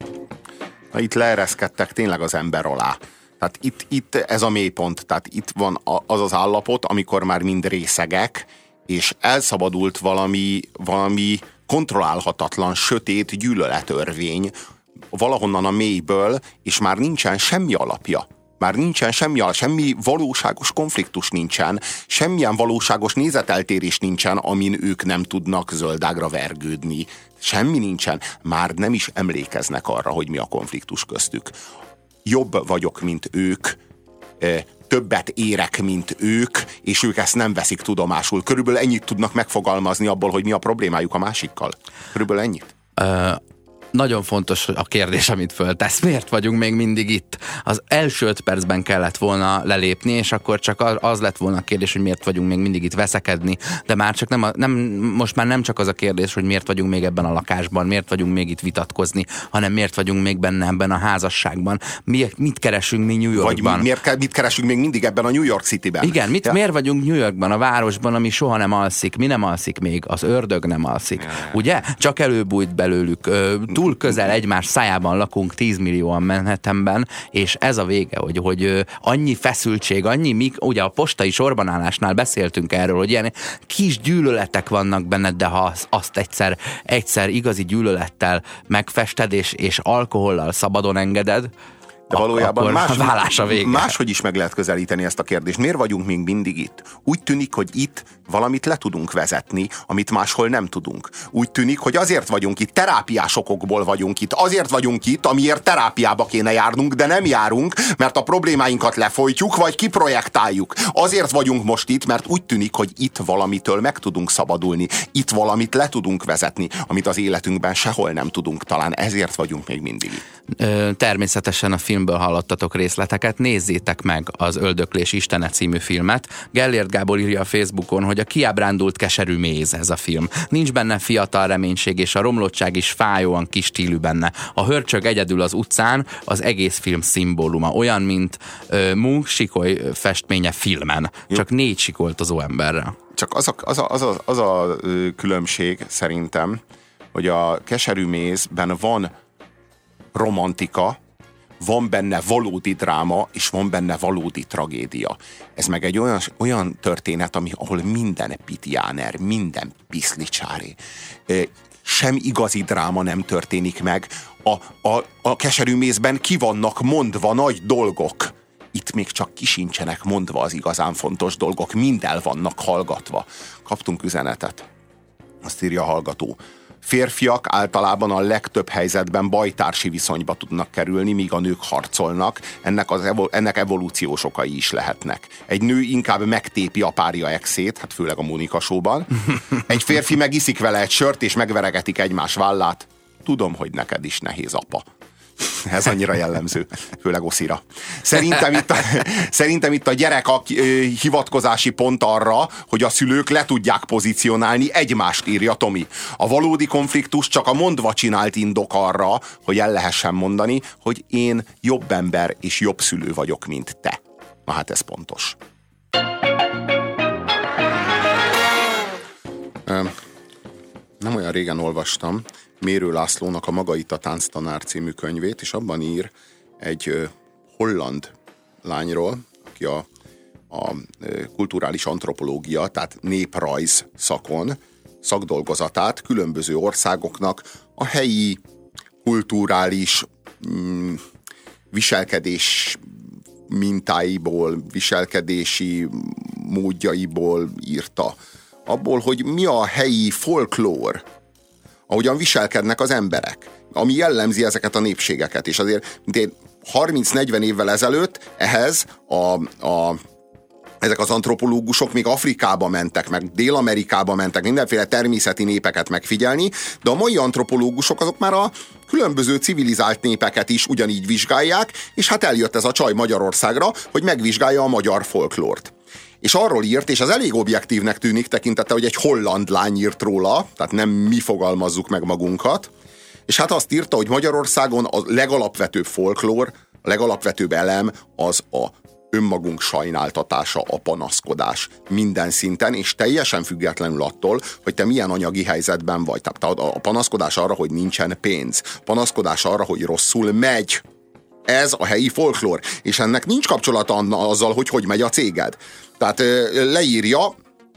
Na, itt leereszkedtek tényleg az ember alá. Tehát itt, itt ez a mélypont, tehát itt van az az állapot, amikor már mind részegek, és elszabadult valami, valami kontrollálhatatlan, sötét gyűlöletörvény valahonnan a mélyből, és már nincsen semmi alapja. Már nincsen semmi, semmi valóságos konfliktus nincsen, semmilyen valóságos nézeteltérés nincsen, amin ők nem tudnak zöldágra vergődni. Semmi nincsen. Már nem is emlékeznek arra, hogy mi a konfliktus köztük. Jobb vagyok, mint ők, többet érek, mint ők, és ők ezt nem veszik tudomásul. Körülbelül ennyit tudnak megfogalmazni abból, hogy mi a problémájuk a másikkal. Körülbelül ennyit. Uh... Nagyon fontos a kérdés, amit föltesz. Miért vagyunk még mindig itt? Az első öt percben kellett volna lelépni, és akkor csak az lett volna a kérdés, hogy miért vagyunk még mindig itt veszekedni, de már csak nem, a, nem most már nem csak az a kérdés, hogy miért vagyunk még ebben a lakásban, miért vagyunk még itt vitatkozni, hanem miért vagyunk még benne ebben a házasságban. Mi, mit keresünk mi New Yorkban? Vagy miért, mit keresünk még mindig ebben a New York Cityben? Igen, mit, ja. miért vagyunk New Yorkban, a városban, ami soha nem alszik? Mi nem alszik még? Az ördög nem alszik. Ja. Ugye? Csak előbújt belőlük. Túl közel egymás szájában lakunk tízmillióan Manhattanben, és ez a vége, hogy, hogy annyi feszültség, annyi, míg ugye a postai sorbanállásnál beszéltünk erről, hogy ilyen kis gyűlöletek vannak benned, de ha azt egyszer, egyszer igazi gyűlölettel megfested, és, és alkohollal szabadon engeded, de valójában más, a vége. Máshogy is meg lehet közelíteni ezt a kérdést. Miért vagyunk még mindig itt? Úgy tűnik, hogy itt valamit le tudunk vezetni, amit máshol nem tudunk. Úgy tűnik, hogy azért vagyunk itt, terápiás okokból vagyunk itt. Azért vagyunk itt, amiért terápiába kéne járnunk, de nem járunk, mert a problémáinkat lefolytjuk, vagy kiprojektáljuk. Azért vagyunk most itt, mert úgy tűnik, hogy itt valamitől meg tudunk szabadulni. Itt valamit le tudunk vezetni, amit az életünkben sehol nem tudunk. Talán ezért vagyunk még mindig itt. Ö, természetesen a filmből hallottatok részleteket, nézzétek meg az Öldöklés Istene című filmet. Gellért Gábor írja a Facebookon, hogy a kiábrándult keserű méz ez a film. Nincs benne fiatal reménység, és a romlottság is fájóan kis stílű benne. A hörcsög egyedül az utcán, az egész film szimbóluma. Olyan, mint ö, Munch sikoly festménye filmen. Csak négy sikoltozó emberrel. Csak az a, az a, az a, az a különbség szerintem, hogy a keserű mézben van romantika, van benne valódi dráma, és van benne valódi tragédia. Ez meg egy olyan, olyan történet, ami, ahol minden pitiáner, minden piszlicsári. Sem igazi dráma nem történik meg. A, a, a keserű mézben ki vannak mondva nagy dolgok. Itt még csak ki sincsenek mondva az igazán fontos dolgok. Mind el vannak hallgatva. Kaptunk üzenetet. Azt írja a hallgató. Férfiak általában a legtöbb helyzetben bajtársi viszonyba tudnak kerülni, míg a nők harcolnak. Ennek, az evol- ennek evolúciós okai is lehetnek. Egy nő inkább megtépi a párja exét, hát főleg a Mónika Show-ban. Egy férfi megiszik vele egy sört, és megveregetik egymás vállát. Tudom, hogy neked is nehéz, apa. Ez annyira jellemző, főleg Oszira. Szerintem itt a, szerintem itt a gyerek a hivatkozási pont arra, hogy a szülők le tudják pozícionálni egymást, írja Tomi. A valódi konfliktus csak a mondva csinált indok arra, hogy el lehessen mondani, hogy én jobb ember és jobb szülő vagyok, mint te. Na hát ez pontos. Nem olyan régen olvastam Mérő Lászlónak a Maga itt a tánctanár című könyvét, és abban ír egy ö, holland lányról, aki a, a ö, kulturális antropológia, tehát néprajz szakon szakdolgozatát különböző országoknak a helyi kulturális mm, viselkedés mintáiból, viselkedési módjaiból írta. Abból, hogy mi a helyi folklór, ahogyan viselkednek az emberek, ami jellemzi ezeket a népségeket. És azért harminc-negyven évvel ezelőtt ehhez a, a, ezek az antropológusok még Afrikába mentek, meg Dél-Amerikába mentek, mindenféle természeti népeket megfigyelni, de a mai antropológusok azok már a különböző civilizált népeket is ugyanígy vizsgálják, és hát eljött ez a csaj Magyarországra, hogy megvizsgálja a magyar folklórt. És arról írt, és az elég objektívnek tűnik tekintette, hogy egy holland lány írt róla, tehát nem mi fogalmazzuk meg magunkat, és hát azt írta, hogy Magyarországon a legalapvetőbb folklór, a legalapvetőbb elem az a önmagunk sajnáltatása, a panaszkodás minden szinten, és teljesen függetlenül attól, hogy te milyen anyagi helyzetben vagy. Tehát a panaszkodás arra, hogy nincsen pénz, panaszkodás arra, hogy rosszul megy. Ez a helyi folklór, és ennek nincs kapcsolata azzal, hogy hogy megy a céged. Tehát leírja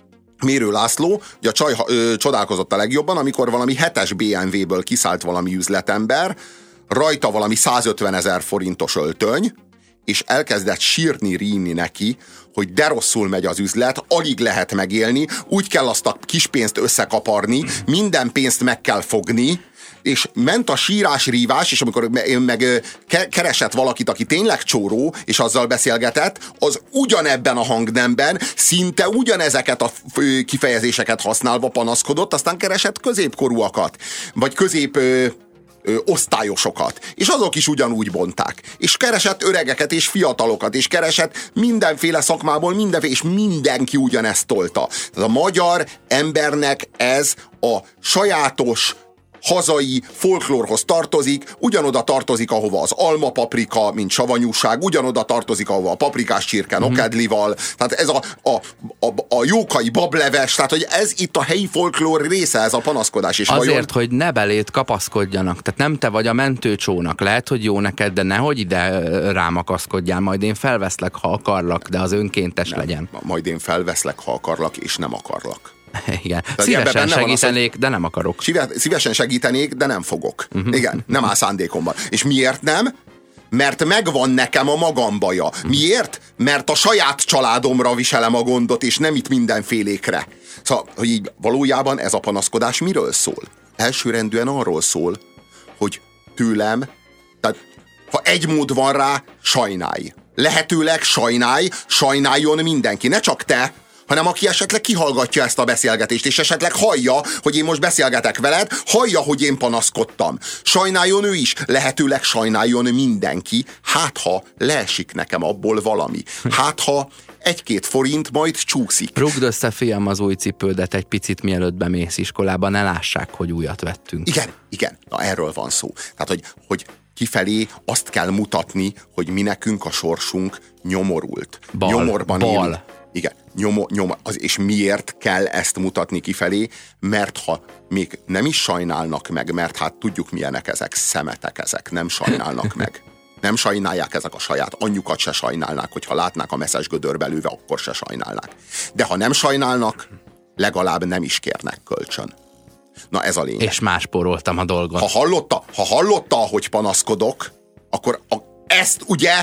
Mérő László, hogy a csaj ö, csodálkozott a legjobban, amikor valami hetes bé em vé-ből kiszállt valami üzletember, rajta valami százötvenezer forintos öltöny, és elkezdett sírni, ríni neki, hogy de rosszul megy az üzlet, alig lehet megélni, úgy kell azt a kis pénzt összekaparni, minden pénzt meg kell fogni, és ment a sírás, rívás, és amikor meg keresett valakit, aki tényleg csóró, és azzal beszélgetett, az ugyanebben a hangnemben, szinte ugyanezeket a kifejezéseket használva panaszkodott, aztán keresett középkorúakat, vagy közép ö, ö, osztályosokat, és azok is ugyanúgy bonták. És keresett öregeket és fiatalokat, és keresett mindenféle szakmából, mindenféle, és mindenki ugyanezt tolta. Tehát a magyar embernek ez a sajátos hazai folklórhoz tartozik, ugyanoda tartozik, ahova az almapaprika, mint savanyúság, ugyanoda tartozik, ahova a paprikás csirke mm-hmm. nokedlival, tehát ez a, a, a, a jókai bableves, tehát hogy ez itt a helyi folklór része, ez a panaszkodás. És azért, vajon... hogy ne belét kapaszkodjanak, tehát nem te vagy a mentőcsónak, lehet, hogy jó neked, de nehogy ide rám akaszkodjál, majd én felveszlek, ha akarlak, de az önkéntes nem, legyen. Majd én felveszlek, ha akarlak, és nem akarlak. Igen. Szívesen segítenék, az, de nem akarok. Szívesen segítenék, de nem fogok. Uh-huh. Igen, nem áll szándékomban. És miért nem? Mert megvan nekem a magam baja. Uh-huh. Miért? Mert a saját családomra viselem a gondot, és nem itt mindenfélékre. Szóval, hogy így valójában ez a panaszkodás miről szól? Elsőrendűen arról szól, hogy tőlem, tehát ha egy mód van rá, sajnálj. Lehetőleg sajnálj, sajnáljon mindenki, ne csak te, hanem aki esetleg kihallgatja ezt a beszélgetést, és esetleg hallja, hogy én most beszélgetek veled, hallja, hogy én panaszkodtam. Sajnáljon ő is, lehetőleg sajnáljon mindenki, hát ha leesik nekem abból valami. Hát ha egy-két forint majd csúszik. Rugd össze, fiam, az új cipődet egy picit, mielőtt bemész iskolába, ne lássák, hogy újat vettünk. Igen, igen, na erről van szó. Tehát, hogy, hogy kifelé azt kell mutatni, hogy mi nekünk a sorsunk nyomorult. Bal, Nyomorban bal. élünk. Igen, nyom, nyom, az, és miért kell ezt mutatni kifelé? Mert ha még nem is sajnálnak meg, mert hát tudjuk milyenek ezek, szemetek ezek, nem sajnálnak meg. Nem sajnálják ezek a saját anyjukat, se sajnálnák, hogyha látnák a messzes gödörbe lőve, akkor se sajnálnák. De ha nem sajnálnak, legalább nem is kérnek kölcsön. Na ez a lényeg. És másporoltam a dolgot. Ha hallotta, ha hallotta, hogy panaszkodok, akkor a, ezt ugye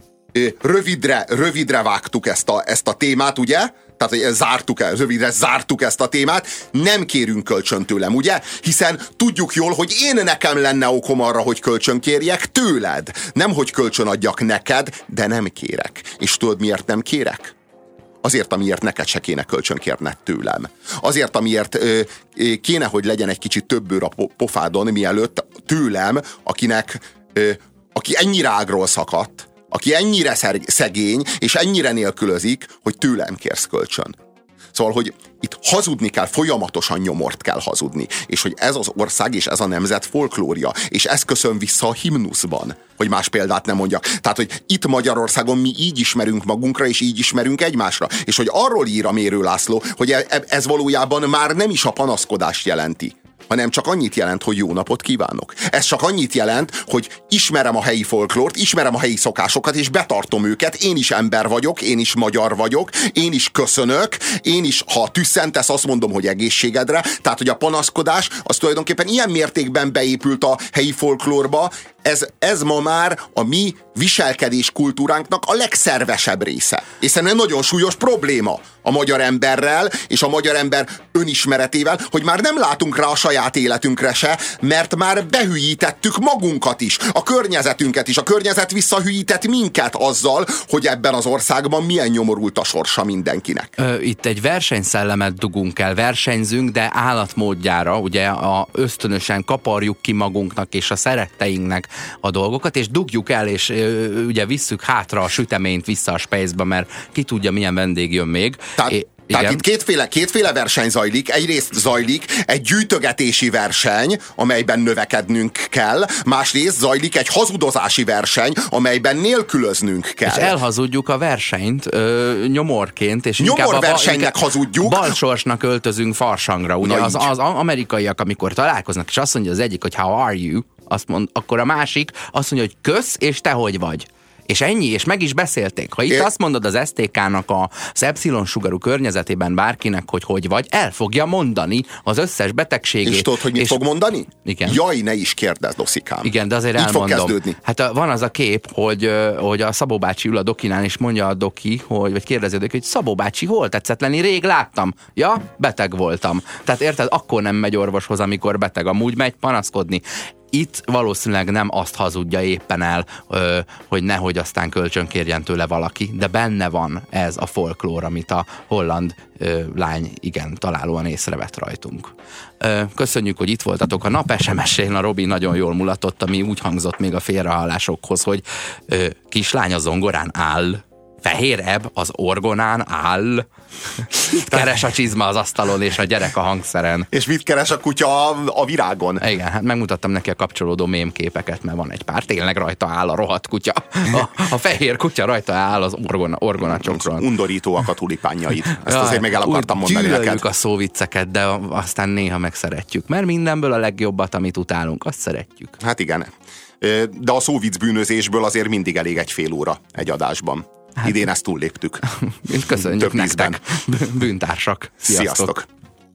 rövidre, rövidre vágtuk ezt a, ezt a témát, ugye? Tehát hogy zártuk el, rövidre zártuk ezt a témát, nem kérünk kölcsön tőlem, ugye? Hiszen tudjuk jól, hogy én nekem lenne okom arra, hogy kölcsön kérjek tőled. Nem, hogy kölcsön adjak neked, de nem kérek. És tudod, miért nem kérek? Azért, amiért neked se kéne kölcsön kérned tőlem. Azért, amiért ö, ö, kéne, hogy legyen egy kicsit több bőr a pofádon, mielőtt tőlem, akinek, ö, aki ennyire ágról szakadt, aki ennyire szegény, és ennyire nélkülözik, hogy tőlem kérsz kölcsön. Szóval, hogy itt hazudni kell, folyamatosan nyomort kell hazudni. És hogy ez az ország és ez a nemzet folklória. És ez köszön vissza a himnuszban, hogy más példát nem mondjak. Tehát, hogy itt Magyarországon mi így ismerünk magunkra, és így ismerünk egymásra. És hogy arról ír a Mérő László, hogy ez valójában már nem is a panaszkodást jelenti, hanem csak annyit jelent, hogy jó napot kívánok. Ez csak annyit jelent, hogy ismerem a helyi folklórt, ismerem a helyi szokásokat, és betartom őket. Én is ember vagyok, én is magyar vagyok, én is köszönök, én is, ha tüsszentesz, azt mondom, hogy egészségedre. Tehát, hogy a panaszkodás, az tulajdonképpen ilyen mértékben beépült a helyi folklórba, ez, ez ma már a mi viselkedés kultúránknak a legszervesebb része. És szerintem nagyon súlyos probléma a magyar emberrel, és a magyar ember önismeretével, hogy már nem látunk rá a saját életünkre se, mert már behülyítettük magunkat is, a környezetünket is. A környezet visszahülyített minket azzal, hogy ebben az országban milyen nyomorult a sorsa mindenkinek. Ö, itt egy versenyszellemet dugunk el, versenyzünk, de állatmódjára, ugye a ösztönösen kaparjuk ki magunknak és a szeretteinknek a dolgokat, és dugjuk el, és ö, ugye visszük hátra a süteményt vissza a spejzbe, mert ki tudja, milyen vendég jön még. Tehát, é, tehát itt kétféle, kétféle verseny zajlik. Egyrészt zajlik egy gyűjtögetési verseny, amelyben növekednünk kell, másrészt zajlik egy hazudozási verseny, amelyben nélkülöznünk kell. És elhazudjuk a versenyt ö, nyomorként, és nyomorversenynek hazudjuk. Balsorsnak öltözünk farsangra. Ugye az, az amerikaiak, amikor találkoznak, és azt mondja az egyik, hogy how are you, azt mond, akkor a másik azt mondja, hogy kösz, és te hogy vagy. És ennyi, és meg is beszélték. Ha itt é... azt mondod az es té ká-nak az epszilon sugarú környezetében bárkinek, hogy hogy vagy, el fogja mondani az összes betegségét. És tudod, hogy mit és... fog mondani? Igen. Jaj, ne is kérdezd, Doszikám. Igen, de azért így elmondom. fog kezdődni. Hát van az a kép, hogy, hogy a Szabó bácsi ül a dokinál, és mondja a doki, hogy, vagy kérdezi a doki, hogy Szabó bácsi, hol tetszett lenni? Rég láttam. Ja, beteg voltam. Tehát érted, akkor nem megy orvoshoz, amikor beteg, amúgy megy panaszkodni. Itt valószínűleg nem azt hazudja éppen el, hogy nehogy aztán kölcsön kérjen tőle valaki, de benne van ez a folklór, amit a holland lány igen találóan észrevett rajtunk. Köszönjük, hogy itt voltatok. A nap es em es-én a Robi nagyon jól mulatott, ami úgy hangzott még a félrehallásokhoz, hogy kislány a zongorán áll, fehér ebb az orgonán áll, keres a csizma az asztalon, és a gyerek a hangszeren. És mit keres a kutya a, a virágon? Igen, hát megmutattam neki a kapcsolódó mémképeket, mert van egy pár, tényleg rajta áll a rohadt kutya. A, a fehér kutya rajta áll az orgona, orgonacsokron. Undorítóak a tulipánjaid. Ezt azért még el akartam mondani neked. Gyűlöljük a szóvicceket, de aztán néha megszeretjük. Mert mindenből a legjobbat, amit utálunk, azt szeretjük. Hát igen. De a szóvicc bűnözésből azért mindig elég egy fél óra egy adásban. Hát, idén ezt túlléptük. Köszönjük több nektek, bűntársak. Sziasztok! Sziasztok.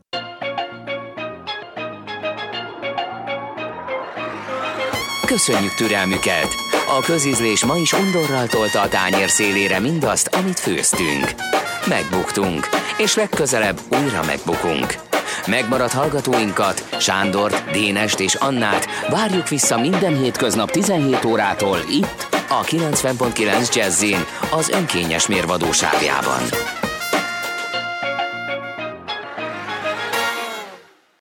Köszönjük türelmüket! A közízlés ma is undorral tolta a tányér szélére mindazt, amit főztünk. Megbuktunk, és legközelebb újra megbukunk. Megmaradt hallgatóinkat, Sándort, Dénest és Annát várjuk vissza minden hétköznap tizenhét órától itt, a kilencven pont kilenc Jazzin, az önkényes mérvadóságjában.